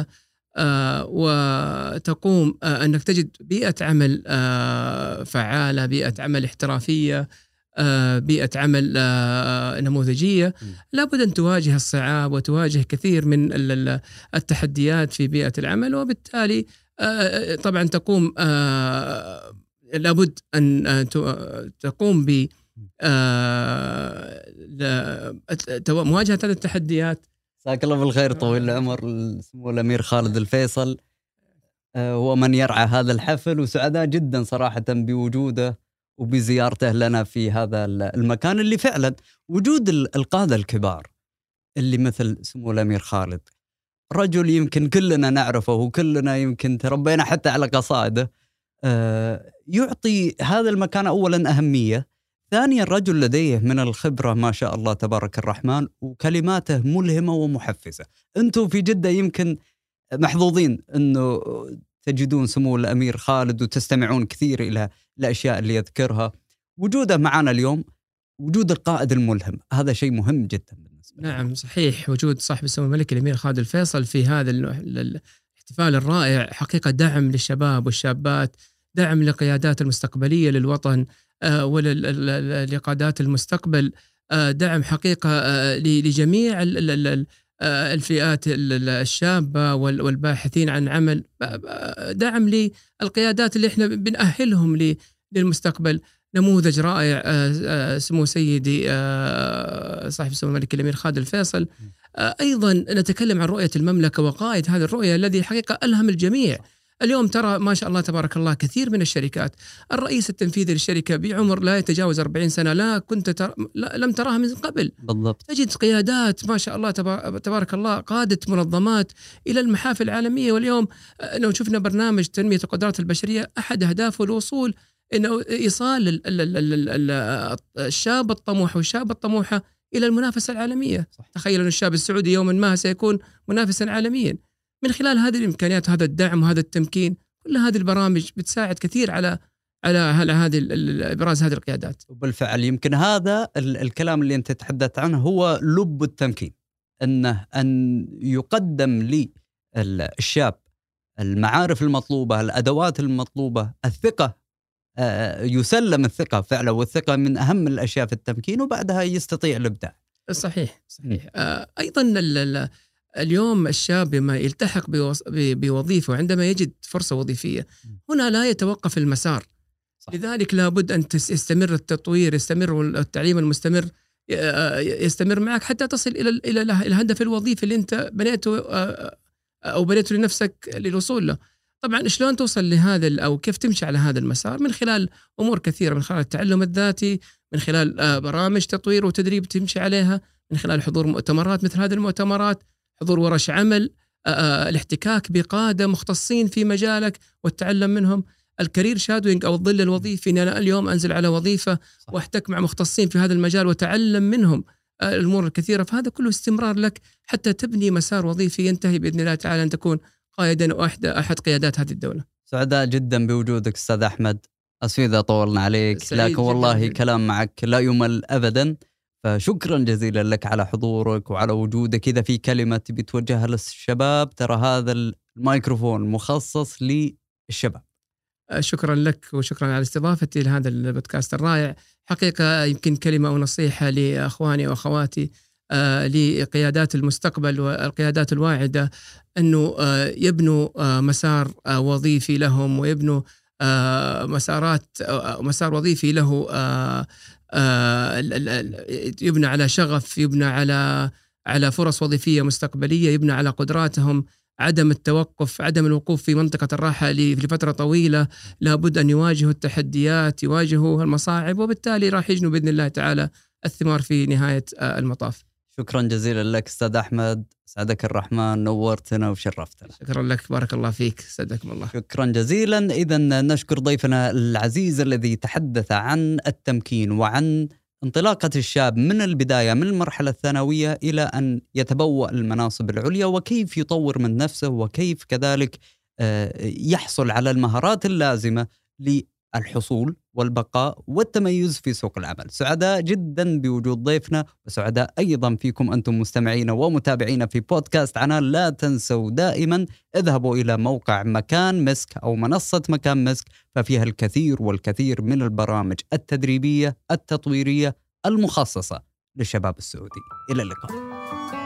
وتقوم أنك تجد بيئة عمل فعالة، بيئة عمل احترافية، بيئة عمل نموذجية. لابد أن تواجه الصعاب وتواجه كثير من التحديات في بيئة العمل، وبالتالي طبعا تقوم لابد أن تقوم ب مواجهة هذه التحديات. جزاك الله بالخير طويل العمر سمو الأمير خالد الفيصل، هو من يرعى هذا الحفل، وسعداء جدا صراحة بوجوده وبزيارته لنا في هذا المكان اللي فعلا وجود القادة الكبار اللي مثل سمو الأمير خالد، رجل يمكن كلنا نعرفه وكلنا يمكن تربينا حتى على قصائده، يعطي هذا المكان أولا أهمية، ثانيا رجل لديه من الخبرة ما شاء الله تبارك الرحمن، وكلماته ملهمة ومحفزة. أنتم في جدة يمكن محظوظين أنه تجدون سمو الأمير خالد وتستمعون كثير إلى الأشياء اللي يذكرها. وجوده معنا اليوم، وجود القائد الملهم، هذا شيء مهم جدا بالنسبة لنا. نعم صحيح، وجود صاحب السمو الملك الأمير خالد الفيصل في هذا الاحتفال الرائع حقيقة دعم للشباب والشابات، دعم لقيادات المستقبلية للوطن ولقادات المستقبل، دعم حقيقة لجميع الفئات الشابة والباحثين عن عمل، دعم للقيادات اللي احنا بنأهلهم للمستقبل. نموذج رائع سمو سيدي صاحب السمو الملك الأمير خالد الفيصل. أيضا نتكلم عن رؤية المملكة وقائد هذه الرؤية الذي حقيقة ألهم الجميع. اليوم ترى ما شاء الله تبارك الله كثير من الشركات الرئيس التنفيذي للشركة بعمر لا يتجاوز أربعين سنة، لا كنت تر... لا لم تراها من قبل. بالضبط. تجد قيادات ما شاء الله تبارك الله، قادة منظمات إلى المحافل العالمية. واليوم لو شفنا برنامج تنمية القدرات البشرية، أحد أهدافه الوصول إنه إيصال الشاب الطموح والشاب الطموحة إلى المنافسة العالمية. صح. تخيل أن الشاب السعودي يوما ما سيكون منافسا عالميا من خلال هذه الإمكانيات، هذا الدعم وهذا التمكين. كل هذه البرامج بتساعد كثير على على هذه إبراز هذه القيادات. وبالفعل يمكن هذا الكلام اللي أنت تحدثت عنه هو لب التمكين، أنه أن يقدم للشاب المعارف المطلوبة، الأدوات المطلوبة، الثقة، يسلم الثقة فعلا، والثقة من أهم الأشياء في التمكين، وبعدها يستطيع الإبداع. صحيح صحيح. أيضا اليوم الشاب لما يلتحق بوظيفة وعندما يجد فرصة وظيفية، هنا لا يتوقف المسار. صح. لذلك لابد أن يستمر التطوير، يستمر التعليم المستمر، يستمر معك حتى تصل إلى إلى الهدف الوظيفي اللي أنت بنيته أو بنيته لنفسك للوصول له. طبعا شلون توصل لهذا أو كيف تمشي على هذا المسار؟ من خلال أمور كثيرة، من خلال التعلم الذاتي، من خلال برامج تطوير وتدريب تمشي عليها، من خلال حضور مؤتمرات مثل هذه المؤتمرات، حضور ورش عمل، الاحتكاك بقادة مختصين في مجالك والتعلم منهم، الكارير شادوينج أو الظل الوظيفي، إن أنا اليوم أنزل على وظيفة واحتك مع مختصين في هذا المجال وتعلم منهم الأمور الكثيرة. فهذا كله استمرار لك حتى تبني مسار وظيفي ينتهي بإذن الله تعالى أن تكون قائدا وأحد أحد قيادات هذه الدولة. سعداء جدا بوجودك أستاذ أحمد، أسف إذا طولنا عليك، لكن والله جداً. كلام معك لا يمل أبدا، فشكرا جزيلا لك على حضورك وعلى وجودك. إذا في كلمة بتوجهها للشباب، ترى هذا الميكروفون مخصص للشباب. شكرا لك وشكرا على استضافتي لهذا البودكاست الرائع. حقيقة يمكن كلمة ونصيحة لأخواني وأخواتي آه لقيادات المستقبل والقيادات الواعدة، أنه آه يبنوا آه مسار آه وظيفي لهم، ويبنوا آه مسارات آه مسار وظيفي له آه آه يبنى على شغف، يبنى على على فرص وظيفية مستقبلية، يبنى على قدراتهم عدم التوقف، عدم الوقوف في منطقة الراحة لفترة طويلة، لابد أن يواجهوا التحديات، يواجهوا المصاعب، وبالتالي راح يجنوا بإذن الله تعالى الثمار في نهاية المطاف. شكرا جزيلا لك أستاذ أحمد، سعدك الرحمن، نورتنا وشرفتنا. شكرا لك، بارك الله فيك، سعدكم الله. شكرا جزيلا. إذا نشكر ضيفنا العزيز الذي تحدث عن التمكين وعن انطلاقة الشاب من البداية من المرحلة الثانوية إلى أن يتبوأ المناصب العليا، وكيف يطور من نفسه، وكيف كذلك يحصل على المهارات اللازمة للحصول والبقاء والتميز في سوق العمل. سعداء جدا بوجود ضيفنا، وسعداء أيضا فيكم أنتم مستمعين ومتابعين في بودكاست عنان. لا تنسوا دائما اذهبوا إلى موقع مكان مسك أو منصة مكان مسك، ففيها الكثير والكثير من البرامج التدريبية التطويرية المخصصة للشباب السعودي. إلى اللقاء.